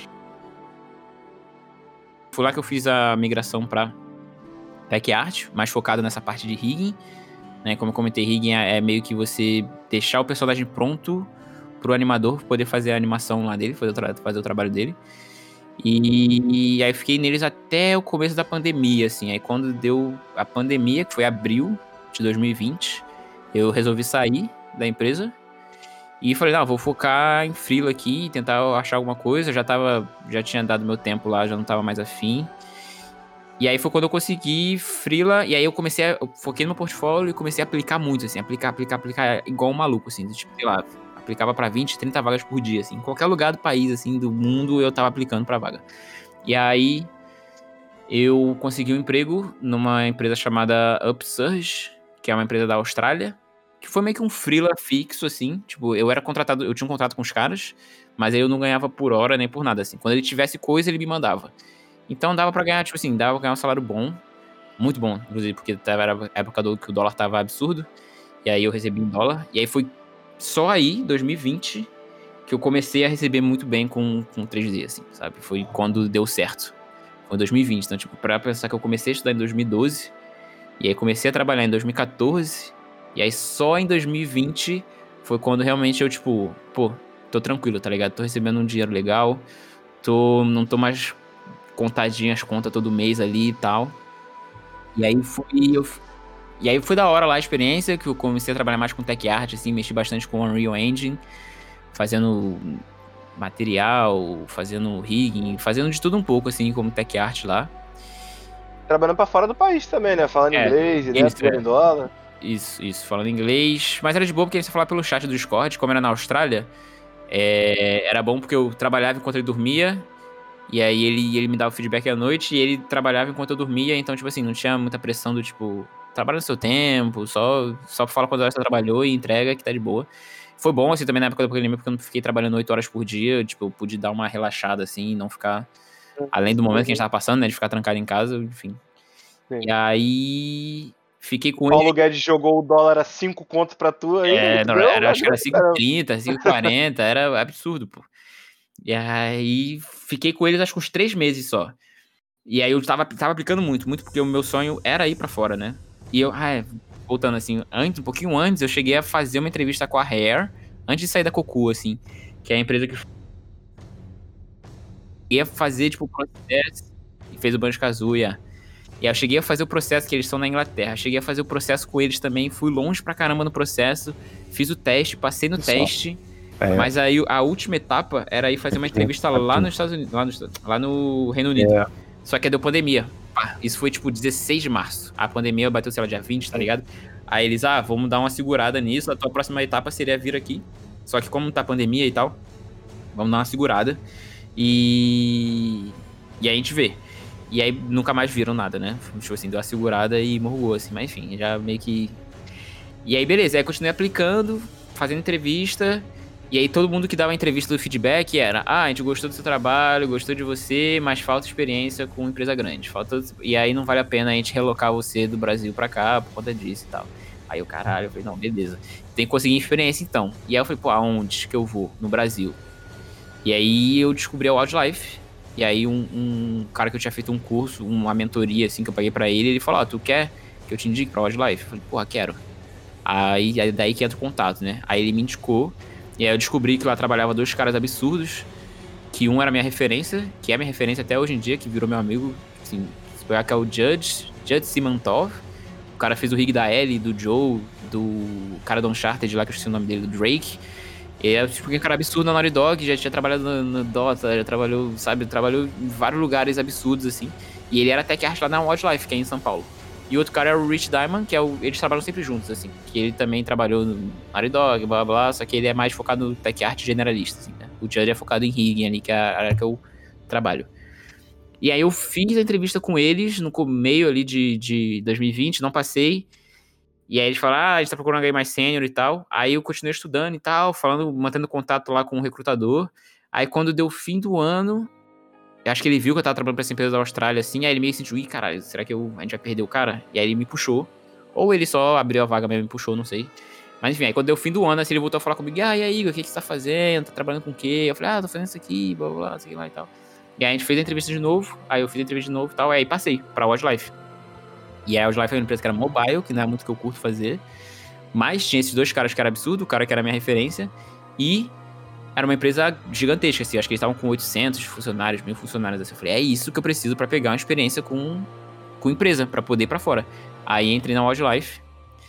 Foi lá que eu fiz a migração pra Tech Art, mais focado nessa parte de rigging, né? Como eu comentei, rigging é meio que você deixar o personagem pronto pro animador poder fazer a animação lá dele, fazer o trabalho dele. E aí eu fiquei neles até o começo da pandemia, assim. Aí quando deu a pandemia, que foi abril de 2020, eu resolvi sair da empresa e falei, não, vou focar em freela aqui, tentar achar alguma coisa. Já tinha dado meu tempo lá, já não tava mais afim. E aí foi quando eu consegui freela, e aí eu foquei no meu portfólio e comecei a aplicar muito, assim, aplicar igual um maluco, assim, tipo, sei lá, aplicava pra 20, 30 vagas por dia, assim, em qualquer lugar do país, assim, do mundo, eu tava aplicando pra vaga. E aí eu consegui um emprego numa empresa chamada Upsurge, que é uma empresa da Austrália, que foi meio que um freela fixo, assim, tipo, eu era contratado, eu tinha um contrato com os caras, mas aí eu não ganhava por hora nem por nada, assim, quando ele tivesse coisa, ele me mandava. Então dava pra ganhar, tipo assim, dava pra ganhar um salário bom, muito bom, inclusive, porque era a época que o dólar tava absurdo, e aí eu recebi em dólar, e aí foi só aí, 2020, que eu comecei a receber muito bem com 3D, assim, sabe? Foi quando deu certo. Foi em 2020, então, tipo, pra pensar que eu comecei a estudar em 2012, e aí comecei a trabalhar em 2014, e aí só em 2020 foi quando realmente eu, tipo, pô, tô tranquilo, tá ligado? Tô recebendo um dinheiro legal, não tô mais contadinho as contas todo mês ali e tal. E aí foi da hora lá a experiência, que eu comecei a trabalhar mais com tech art, assim, mexi bastante com Unreal Engine, fazendo material, fazendo rigging, fazendo de tudo um pouco, assim, como tech art lá.
Trabalhando pra fora do país também, né? Falando inglês, direto, ganhando dólar.
Isso, falando inglês. Mas era de boa porque a gente falava pelo chat do Discord, como era na Austrália. Era bom porque eu trabalhava enquanto ele dormia. E aí ele me dava feedback à noite e ele trabalhava enquanto eu dormia. Então, tipo assim, não tinha muita pressão do tipo, trabalha no seu tempo, só fala quando você trabalhou e entrega que tá de boa. Foi bom, assim, também na época da pandemia, porque eu não fiquei trabalhando 8 horas por dia. Tipo, eu pude dar uma relaxada, assim, e não ficar... Além do momento que a gente tava passando, né, de ficar trancado em casa, enfim.
Sim.
E aí... Fiquei com
Paulo
ele...
Guedes jogou o dólar a 5 conto pra tu aí.
Não, acho que era 5,30, 5,40, era absurdo, pô. E aí fiquei com eles acho que uns 3 meses só. E aí eu tava aplicando muito, porque o meu sonho era ir pra fora, né? E eu, voltando assim, um pouquinho antes, eu cheguei a fazer uma entrevista com a Hair, antes de sair da Cocu, assim, que é a empresa que ia fazer, tipo, o processo, e fez o Banjo-Kazooie. E aí eu cheguei a fazer o processo, que eles estão na Inglaterra, cheguei a fazer o processo com eles também, fui longe pra caramba no processo, fiz o teste, passei no teste, mas aí a última etapa era ir fazer uma entrevista lá nos Estados Unidos, lá no Reino Unido. Só que deu pandemia. Isso foi tipo 16 de março. A pandemia bateu, sei lá, dia 20, tá ligado? Aí eles, vamos dar uma segurada nisso, a tua próxima etapa seria vir aqui. Só que como tá pandemia e tal, vamos dar uma segurada. E aí a gente vê. E aí nunca mais viram nada, né? Tipo assim, deu uma segurada e morrugou, assim. Mas enfim, já meio que... E aí beleza, aí continuei aplicando, fazendo entrevista... E aí todo mundo que dava entrevista do feedback era, a gente gostou do seu trabalho, gostou de você, mas falta experiência com empresa grande. E aí não vale a pena a gente relocar você do Brasil pra cá por conta disso e tal. Aí eu, caralho, eu falei, não, beleza. Tem que conseguir experiência então. E aí eu falei, pô, aonde que eu vou? No Brasil. E aí eu descobri a Wildlife. E aí um cara que eu tinha feito um curso, uma mentoria assim que eu paguei pra ele falou, tu quer que eu te indique pra Wildlife? Eu falei, porra, quero. Aí daí que entra o contato, né? Aí ele me indicou. E aí eu descobri que lá trabalhava 2 caras absurdos, que um era minha referência, que é minha referência até hoje em dia, que virou meu amigo, assim, que é o Judge Simantov. O cara fez o rig da Ellie, do Joe, do cara do Uncharted lá, que eu esqueci o nome dele, do Drake. E é tipo um cara absurdo na Naughty Dog, já tinha trabalhado no Dota, já trabalhou em vários lugares absurdos, assim. E ele era tech art lá na Wildlife, que é em São Paulo. E outro cara é o Rich Diamond, que eles trabalham sempre juntos, assim. Que ele também trabalhou no Naughty Dog, blá blá, só que ele é mais focado no tech art generalista, assim, né? O Judge é focado em rigging ali, que é a área que eu trabalho. E aí eu fiz a entrevista com eles no meio ali de 2020, não passei. E aí eles falaram, a gente tá procurando alguém mais sênior e tal. Aí eu continuei estudando e tal, mantendo contato lá com o recrutador. Aí quando deu o fim do ano... Eu acho que ele viu que eu tava trabalhando pra essa empresa da Austrália, assim, aí ele meio que sentiu, caralho, será que a gente vai perder o cara? E aí ele me puxou. Ou ele só abriu a vaga mesmo e me puxou, não sei. Mas enfim, aí quando deu o fim do ano, assim, ele voltou a falar comigo, e aí, Igor, o que você tá fazendo? Tá trabalhando com o quê? Eu falei, tô fazendo isso aqui, blá, blá, blá, sei lá e tal. E aí a gente fez a entrevista de novo, aí eu fiz a entrevista de novo e tal, aí passei pra Wildlife. E aí a Wildlife era uma empresa que era mobile, que não é muito que eu curto fazer. Mas tinha esses 2 caras que era absurdo, o cara que era a minha referência, e... Era uma empresa gigantesca, assim. Acho que eles estavam com 800 funcionários, 1000 funcionários. Assim. Eu falei, é isso que eu preciso pra pegar uma experiência com empresa, pra poder ir pra fora. Aí entrei na Wildlife.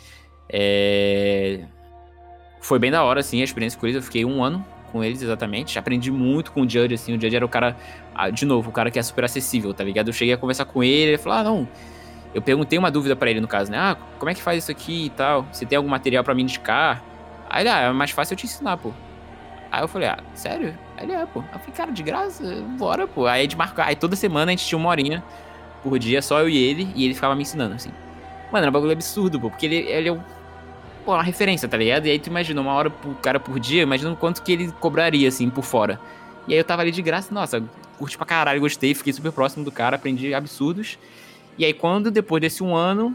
Foi bem da hora, assim, a experiência com eles. Eu fiquei 1 ano com eles, exatamente. Aprendi muito com o Judge, assim. O Judge era o cara, de novo, o cara que é super acessível, tá ligado? Eu cheguei a conversar com ele falou, não... Eu perguntei uma dúvida pra ele, no caso, né? Como é que faz isso aqui e tal? Você tem algum material pra me indicar? Aí ele, é mais fácil eu te ensinar, pô. Aí eu falei, sério? Aí ele, pô. Eu falei, cara, de graça? Bora, pô. Aí a gente marcou. Aí toda semana a gente tinha 1 horinha por dia, só eu e ele ficava me ensinando, assim. Mano, era um bagulho absurdo, pô. Porque ele é uma referência, tá ligado? E aí tu imagina, 1 hora pro cara por dia, imagina o quanto que ele cobraria, assim, por fora. E aí eu tava ali de graça, nossa, curti pra caralho, gostei, fiquei super próximo do cara, aprendi absurdos. E aí quando, depois desse 1 ano,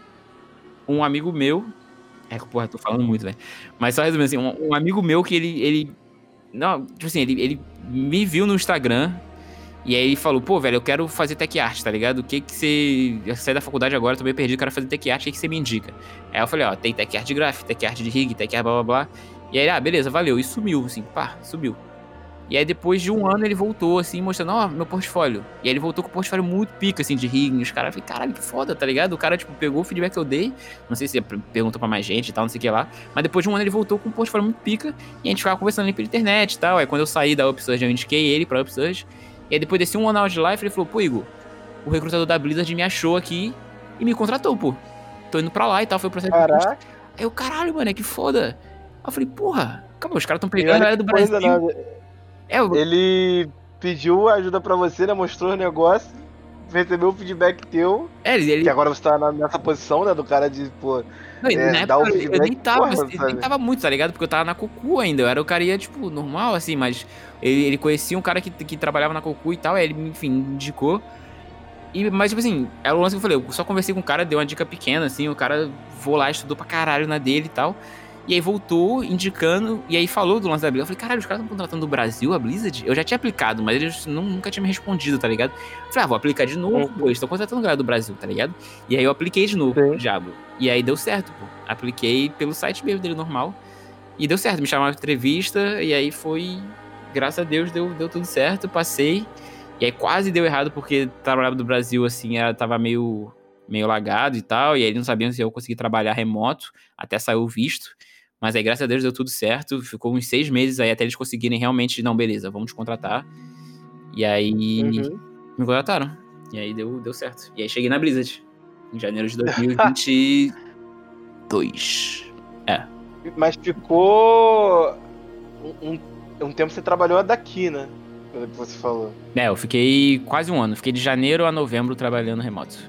um amigo meu... porra, tô falando muito, velho. Mas só resumindo assim, um amigo meu que ele... Não, tipo assim, ele me viu no Instagram e aí ele falou, pô, velho, eu quero fazer tech art, tá ligado? O que você... Eu saí da faculdade agora, tô meio perdido, quero fazer tech art, o que você me indica? Aí eu falei, tem tech art de graph, tech art de rig, tech art blá blá blá. E aí, beleza, valeu. E sumiu, assim, sumiu. E aí depois de 1 ano ele voltou, assim, mostrando, meu portfólio. E aí ele voltou com o portfólio muito pica, assim, de rigging. Os caras, eu falei, caralho, que foda, tá ligado? O cara, tipo, pegou o feedback que eu dei. Não sei se perguntou pra mais gente e tal, não sei o que lá. Mas depois de 1 ano ele voltou com um portfólio muito pica. E a gente ficava conversando ali pela internet e tal. Aí quando eu saí da Upsurge, eu indiquei ele pra Upsurge. E aí depois desse 1 ano na Wildlife, ele falou, pô, Igor, o recrutador da Blizzard me achou aqui e me contratou, pô. Tô indo pra lá e tal, foi o processo.
Caraca.
Aí eu, caralho, mano, que foda. Aí eu falei, porra, acabou, os caras tão pegando a galera do Brasil.
Ele pediu ajuda pra você, né? Mostrou o negócio, recebeu o feedback teu. Que agora você tá nessa posição, né? Do cara de, pô.
Não, dar o feedback. Eu nem tava muito, tá ligado? Porque eu tava na Cocu ainda. Eu era o cara, tipo, normal, assim, mas ele conhecia um cara que trabalhava na Cocu e tal. Aí ele, enfim, indicou. Mas, tipo assim, era o lance que eu falei. Eu só conversei com o cara, deu uma dica pequena, assim. O cara vou lá, estudou pra caralho na dele e tal. E aí voltou indicando, e aí falou do lance da Blizzard. Eu falei, caralho, os caras estão contratando do Brasil a Blizzard? Eu já tinha aplicado, mas eles nunca tinham me respondido, tá ligado? Eu falei, vou aplicar de novo, pô, eles estão contratando galera do Brasil, tá ligado? E aí eu apliquei de novo, pro Diablo. E aí deu certo, pô. Apliquei pelo site mesmo dele, normal. E deu certo, me chamaram de entrevista, e aí foi... Graças a Deus deu tudo certo, passei. E aí quase deu errado, porque trabalhava do Brasil, assim, tava meio lagado e tal, e aí eles não sabiam se eu conseguir trabalhar remoto, até sair o visto. Mas aí, graças a Deus, deu tudo certo. Ficou uns 6 meses aí até eles conseguirem realmente... Não, beleza, vamos te contratar. E aí, me contrataram. E aí deu certo. E aí cheguei na Blizzard, em janeiro de 2022.
Mas ficou... Um tempo você trabalhou daqui, né? Pelo que você falou.
Eu fiquei quase um ano. Fiquei de janeiro a novembro trabalhando remoto.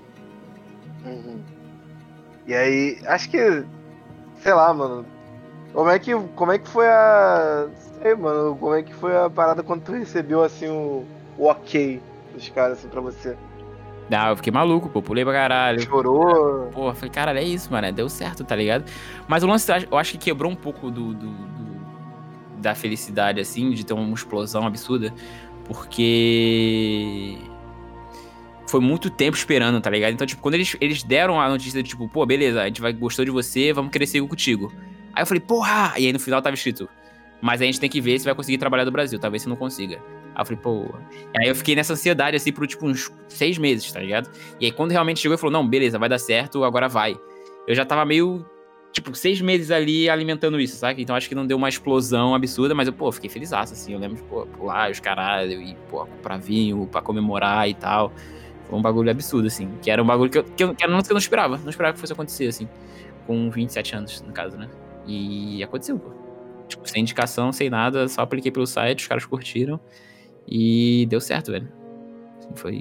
E aí, acho que... Sei lá, mano. Como é que foi a... Sei, mano. Como é que foi a parada quando tu recebeu, assim, o ok dos caras, assim, pra você?
Eu fiquei maluco, pô. Pulei pra caralho.
Chorou?
Pô, falei, caralho, é isso, mano. Deu certo, tá ligado? Mas o lance, eu acho que quebrou um pouco da felicidade, assim, de ter uma explosão absurda. Porque... Foi muito tempo esperando, tá ligado? Então, tipo, quando eles deram a notícia de, tipo, pô, beleza, a gente gostou de você, vamos querer seguir contigo. Aí eu falei, porra! E aí no final tava escrito, mas a gente tem que ver se vai conseguir trabalhar do Brasil, talvez você não consiga. Aí eu falei, pô... E aí eu fiquei nessa ansiedade, assim, por, tipo, uns 6 meses, tá ligado? E aí quando realmente chegou, ele falou, não, beleza, vai dar certo, agora vai. Eu já tava meio, tipo, 6 meses ali alimentando isso, sabe? Então acho que não deu uma explosão absurda, mas eu, pô, fiquei felizaço, assim. Eu lembro de, pô, pular os caralho e, pô, comprar vinho pra comemorar e tal. Foi um bagulho absurdo, assim. Que era um bagulho que eu não esperava. Não esperava que fosse acontecer, assim. Com 27 anos, no caso, né? E aconteceu, pô. Tipo, sem indicação, sem nada. Só apliquei pelo site, os caras curtiram. E deu certo, velho. Assim, foi...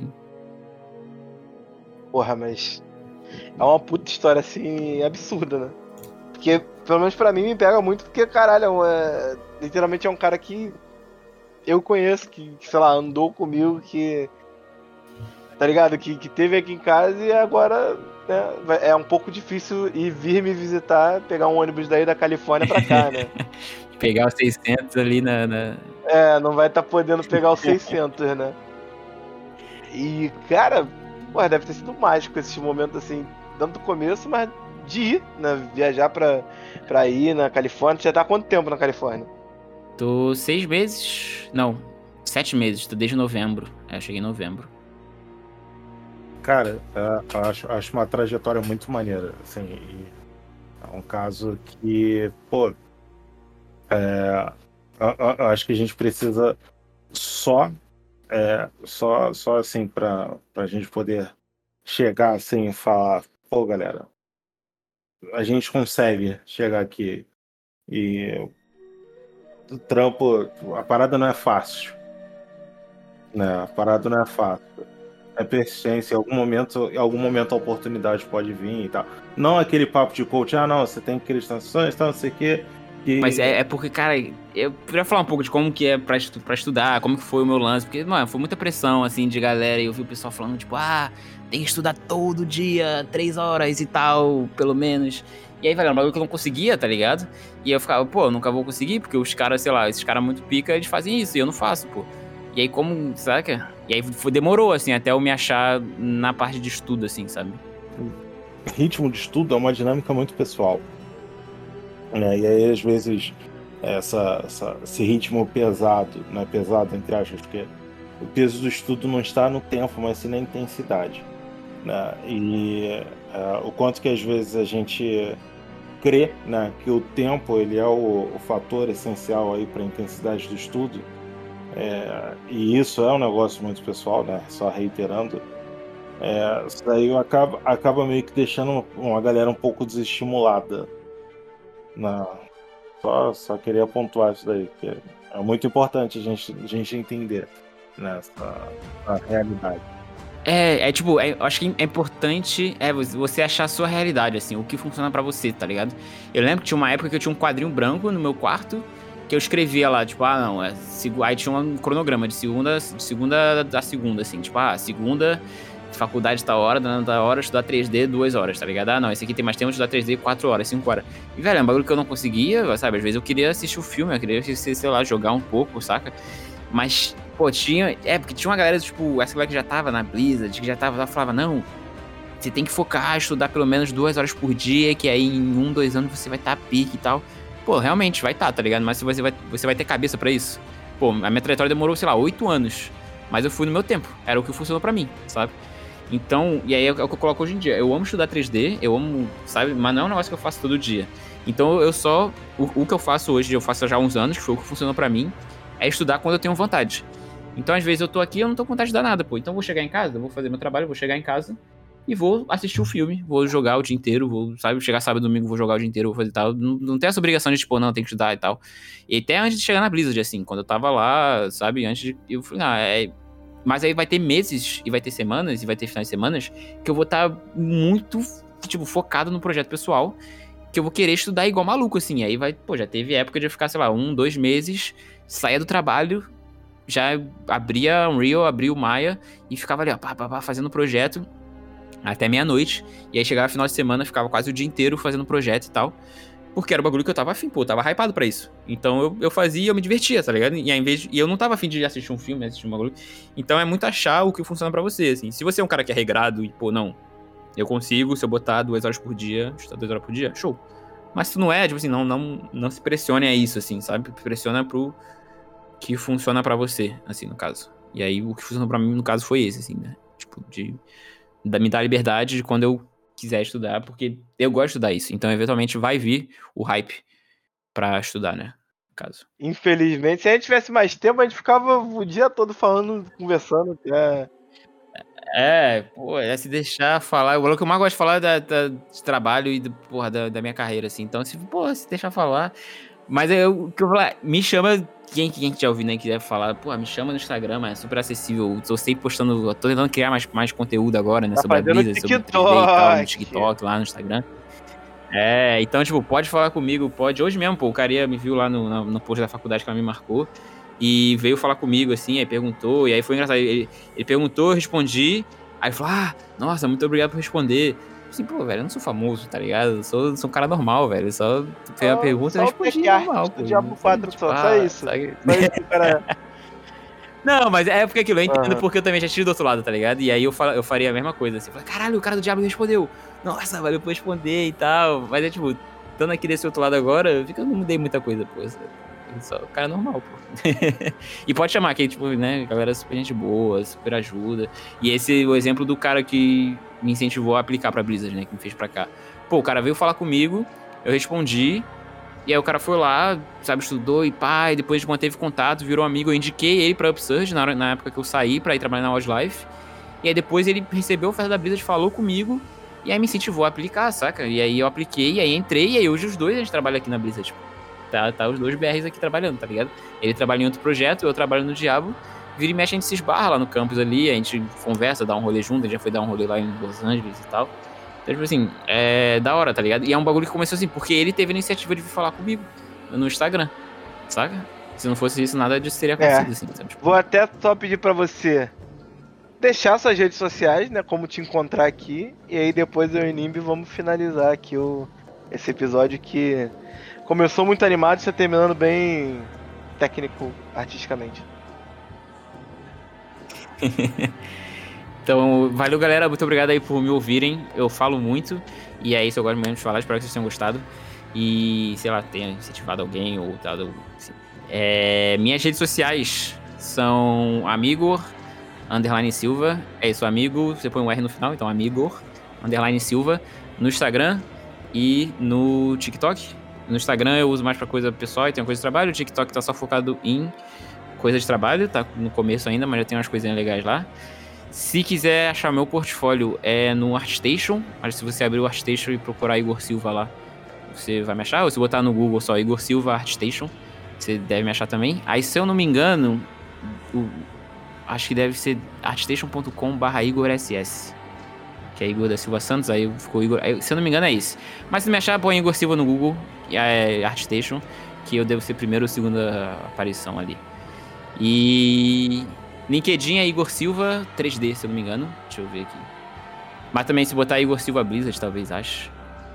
Porra, mas... É uma puta história, assim, absurda, né? Porque, pelo menos pra mim, me pega muito. Porque, caralho, literalmente é um cara que... Eu conheço, que sei lá, andou comigo, que... Tá ligado? Que teve aqui em casa e agora, né, é um pouco difícil ir vir me visitar, pegar um ônibus daí da Califórnia pra cá, né?
Pegar os 600 ali na...
Não vai estar podendo pegar os 600, né? E, cara, pô, deve ter sido mágico esse momento, assim, tanto do começo, mas de ir, né? Viajar pra ir na Califórnia. Você já tá há quanto tempo na Califórnia?
Tô 6 meses... Não, 7 meses. Tô desde novembro. Eu cheguei em novembro.
Cara, acho uma trajetória muito maneira, assim, e é um caso que, pô, acho que a gente precisa só assim, pra gente poder chegar assim e falar, pô, galera, a gente consegue chegar aqui e o trampo, a parada não é fácil, né, a parada não é fácil. É persistência, em algum momento a oportunidade pode vir e tal. Não aquele papo de coach, não, você tem acreditações, tal, não sei o quê.
Mas é porque, cara, eu queria falar um pouco de como que é pra estudar, como que foi o meu lance, porque, mano, foi muita pressão, assim, de galera, e eu vi o pessoal falando, tipo, tem que estudar todo dia, 3 horas e tal, pelo menos. E aí, velho, é um bagulho que eu não conseguia, tá ligado? E eu ficava, pô, eu nunca vou conseguir, porque os caras, sei lá, esses caras muito pica, eles fazem isso, e eu não faço, pô. E aí, como, saca? E aí demorou, assim, até eu me achar na parte de estudo, assim, sabe?
Ritmo de estudo é uma dinâmica muito pessoal. Né? E aí, às vezes, esse ritmo pesado, né? Pesado, entre aspas, porque o peso do estudo não está no tempo, mas sim na intensidade. Né? E o quanto que, às vezes, a gente crê, né, que o tempo ele é o fator essencial para a intensidade do estudo. E isso é um negócio muito pessoal, né? Só reiterando, isso daí acaba meio que deixando uma galera um pouco desestimulada. Só queria pontuar isso daí, que é muito importante a gente entender nessa realidade.
Tipo, eu acho que é importante você achar a sua realidade, assim, o que funciona pra você, tá ligado? Eu lembro que tinha uma época que eu tinha um quadrinho branco no meu quarto, que eu escrevia lá, tipo, aí tinha um cronograma de segunda a segunda, assim, tipo, segunda faculdade tá hora, da hora, estudar 3D 2 horas, tá ligado? Ah, não, esse aqui tem mais tempo de estudar 3D 4 horas, 5 horas. E, velho, é um bagulho que eu não conseguia, sabe? Às vezes eu queria assistir o filme, eu queria, sei lá, jogar um pouco, saca? Mas, pô, porque tinha uma galera, tipo, essa galera que já tava na Blizzard, que já tava lá, falava, não, você tem que focar, estudar pelo menos 2 horas por dia, que aí em 1, 2 anos você vai estar a pique e tal. Pô, realmente, vai tá ligado? Mas você vai ter cabeça pra isso. Pô, a minha trajetória demorou, sei lá, 8 anos. Mas eu fui no meu tempo. Era o que funcionou pra mim, sabe? Então, e aí é o que eu coloco hoje em dia. Eu amo estudar 3D, eu amo, sabe? Mas não é um negócio que eu faço todo dia. Então, o que eu faço hoje, eu faço já há uns anos, que foi o que funcionou pra mim, é estudar quando eu tenho vontade. Então, às vezes eu tô aqui e eu não tô com vontade de dar nada, pô. Então, eu vou chegar em casa, vou fazer meu trabalho, vou chegar em casa e vou assistir um filme, vou jogar o dia inteiro, vou, sabe? Chegar sábado e domingo, vou jogar o dia inteiro, vou fazer tal. Não tem essa obrigação de, tipo, não, tem que estudar e tal. E até antes de chegar na Blizzard, assim, quando eu tava lá, sabe? Eu falei, mas aí vai ter meses, e vai ter semanas, e vai ter finais de semanas, que eu vou estar muito, tipo, focado no projeto pessoal, que eu vou querer estudar igual maluco, assim. Aí já teve época de eu ficar, sei lá, 1, 2 meses, saía do trabalho, já abria Unreal, abria o Maya, e ficava ali, ó, fazendo o projeto, até meia-noite, e aí chegava final de semana, ficava quase o dia inteiro fazendo projeto e tal, porque era o bagulho que eu tava afim, pô, eu tava hypado pra isso. Então eu fazia e eu me divertia, tá ligado? E eu não tava afim de assistir um filme, assistir um bagulho. Então é muito achar o que funciona pra você, assim. Se você é um cara que é regrado e, pô, não, eu consigo, se eu botar 2 horas por dia, estudar 2 horas por dia, show. Mas se não é, tipo assim, não se pressione a isso, assim, sabe? Pressiona pro que funciona pra você, assim, no caso. E aí o que funcionou pra mim, no caso, foi esse, assim, né? Tipo, me dar liberdade de quando eu quiser estudar, porque eu gosto de estudar isso. Então, eventualmente, vai vir o hype pra estudar, né? No caso.
Infelizmente, se a gente tivesse mais tempo, a gente ficava o dia todo falando, conversando.
Pô, se deixar falar. O que eu mais gosto de falar é de trabalho e da minha carreira, assim. Então, se deixar falar. Mas o que eu vou falar, me chama. Quem estiver ouvindo aí quiser falar, pô, me chama no Instagram, é super acessível. Tô sempre postando, tô tentando criar mais conteúdo agora, né?
Tá
Sobre a
fazendo
Blizzard, sobre 3D e tal, no TikTok, lá no Instagram. Então, tipo, pode falar comigo, pode. Hoje mesmo, pô, o cara me viu lá no post da faculdade que ela me marcou e veio falar comigo, assim, aí perguntou, e aí foi engraçado. Ele perguntou, eu respondi, aí falou, nossa, muito obrigado por responder. Assim, pô, velho, eu não sou famoso, tá ligado? Eu sou um cara normal, velho. Só fez a pergunta e eu respondi normal, pô.
Do Diablo 4
tipo,
só isso.
Sabe?
Só isso, cara.
Não, mas é porque aquilo, eu entendo porque eu também já estive do outro lado, tá ligado? E aí eu faria a mesma coisa, assim. Caralho, o cara do Diablo respondeu. Nossa, valeu por responder e tal. Mas é tipo, estando aqui desse outro lado agora, eu não mudei muita coisa, pô. Eu sou o cara normal, pô. E pode chamar, que tipo, né, galera super gente boa, super ajuda. E esse é o exemplo do cara que me incentivou a aplicar pra Blizzard, né, que me fez pra cá. Pô, o cara veio falar comigo, eu respondi, e aí o cara foi lá, sabe, estudou e pá, e depois a gente manteve contato, virou amigo, eu indiquei ele pra Upsurge na época que eu saí pra ir trabalhar na Wildlife. E aí depois ele recebeu a oferta da Blizzard, falou comigo, e aí me incentivou a aplicar, saca? E aí eu apliquei, e aí entrei, e aí hoje os dois a gente trabalha aqui na Blizzard, tipo. Tá os dois BRs aqui trabalhando, tá ligado? Ele trabalha em outro projeto, eu trabalho no Diablo. Vira e mexe, a gente se esbarra lá no campus ali, a gente conversa, dá um rolê junto, a gente já foi dar um rolê lá em Los Angeles e tal. Então, tipo assim, é da hora, tá ligado? E é um bagulho que começou assim, porque ele teve a iniciativa de vir falar comigo no Instagram, saca? Se não fosse isso, nada disso teria acontecido, assim, sabe? Tipo,
vou até só pedir pra você deixar suas redes sociais, né? Como te encontrar aqui. E aí depois eu e o Nimbi vamos finalizar aqui esse episódio que começou muito animado e está terminando bem técnico, artisticamente.
Então, valeu, galera. Muito obrigado aí por me ouvirem. Eu falo muito. E é isso, eu gosto mesmo de falar. Espero que vocês tenham gostado. E, sei lá, tenha incentivado alguém ou tal. Assim. Minhas redes sociais são Amigor_Silva. É isso, amigo. Você põe um R no final, então Amigor_Silva. No Instagram e no TikTok. No Instagram eu uso mais pra coisa pessoal e tem coisa de trabalho. O TikTok tá só focado em coisa de trabalho, tá no começo ainda, mas já tem umas coisinhas legais lá. Se quiser achar meu portfólio, é no ArtStation. Mas se você abrir o ArtStation e procurar Igor Silva lá, você vai me achar. Ou se botar no Google só Igor Silva ArtStation, você deve me achar também. Aí, se eu não me engano, acho que deve ser artstation.com/IgorSS. Que é Igor da Silva Santos, aí ficou Igor. Aí, se eu não me engano, é isso. Mas se me achar, põe Igor Silva no Google, e é ArtStation, que eu devo ser primeira ou segunda aparição ali. E LinkedIn é Igor Silva 3D, se eu não me engano. Deixa eu ver aqui. Mas também se botar Igor Silva Blizzard, talvez ache.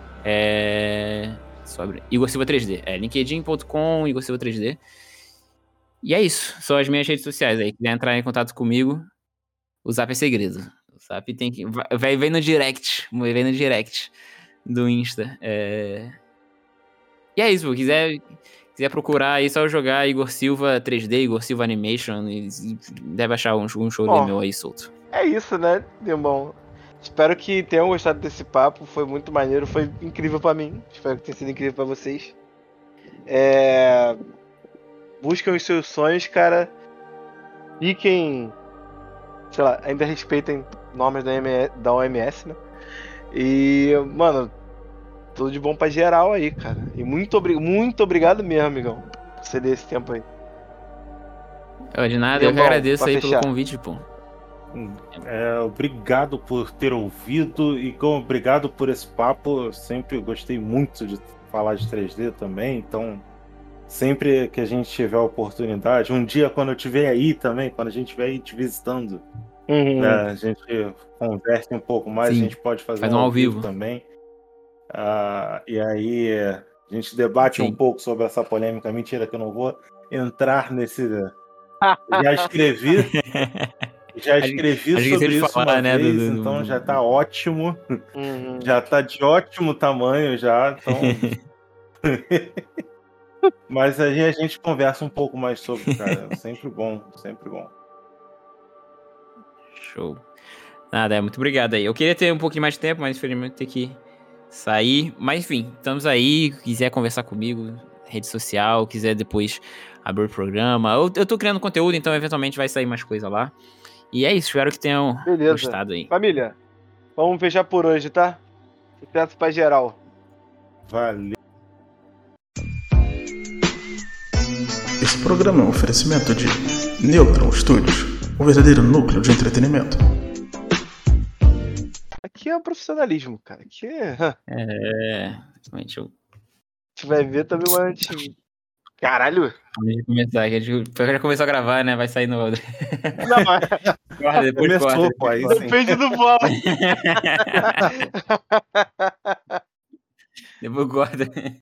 Igor Silva 3D. linkedin.com, Igor Silva 3D. E é isso. São as minhas redes sociais aí. Quiser entrar em contato comigo, o Zap é segredo. O Zap tem que... Vem no direct. Vem no direct do Insta. E é isso, pô. Quiser procurar aí, só jogar Igor Silva 3D, Igor Silva Animation, e deve achar um show meu aí solto.
É isso, né, irmão? Espero que tenham gostado desse papo, foi muito maneiro, foi incrível pra mim, espero que tenha sido incrível pra vocês. Busquem os seus sonhos, cara. Fiquem, sei lá, ainda respeitem normas da OMS, né? E, mano, tudo de bom pra geral aí, cara. E muito obrigado mesmo, amigão, por você desse tempo aí.
De nada, eu que agradeço aí pelo convite, pô.
Obrigado por ter ouvido e obrigado por esse papo. Eu sempre gostei muito de falar de 3D também, então sempre que a gente tiver a oportunidade, um dia quando eu estiver aí também, quando a gente estiver aí te visitando, né, a gente converse um pouco mais. Sim, a gente pode fazer um ao vivo também. E aí a gente debate um pouco sobre essa polêmica. Mentira que eu não vou entrar nesse... Já escrevi sobre isso falar, uma vez, então já tá ótimo. Já tá de ótimo tamanho já, então... Mas aí a gente conversa um pouco mais sobre, cara. Sempre bom, sempre bom.
Show. Nada, muito obrigado aí. Eu queria ter um pouquinho mais de tempo, mas infelizmente ter que sair. Mas enfim, estamos aí. Quiser conversar comigo, rede social, quiser depois abrir o programa. Eu tô criando conteúdo, então eventualmente vai sair mais coisa lá. E é isso, espero que tenham gostado aí.
Família, vamos fechar por hoje, tá? Sucesso pra geral.
Valeu.
Esse programa é um oferecimento de Neutron Studios, o verdadeiro núcleo de entretenimento.
Aqui é o profissionalismo, cara. Aqui
realmente eu...
A gente vai ver também o antigo. Caralho!
Antes de começar, a gente já começou a gravar, né? Vai sair no...
Não,
corta, depois
começou,
corta.
Pô, aí
depende do bola.
Depois corta.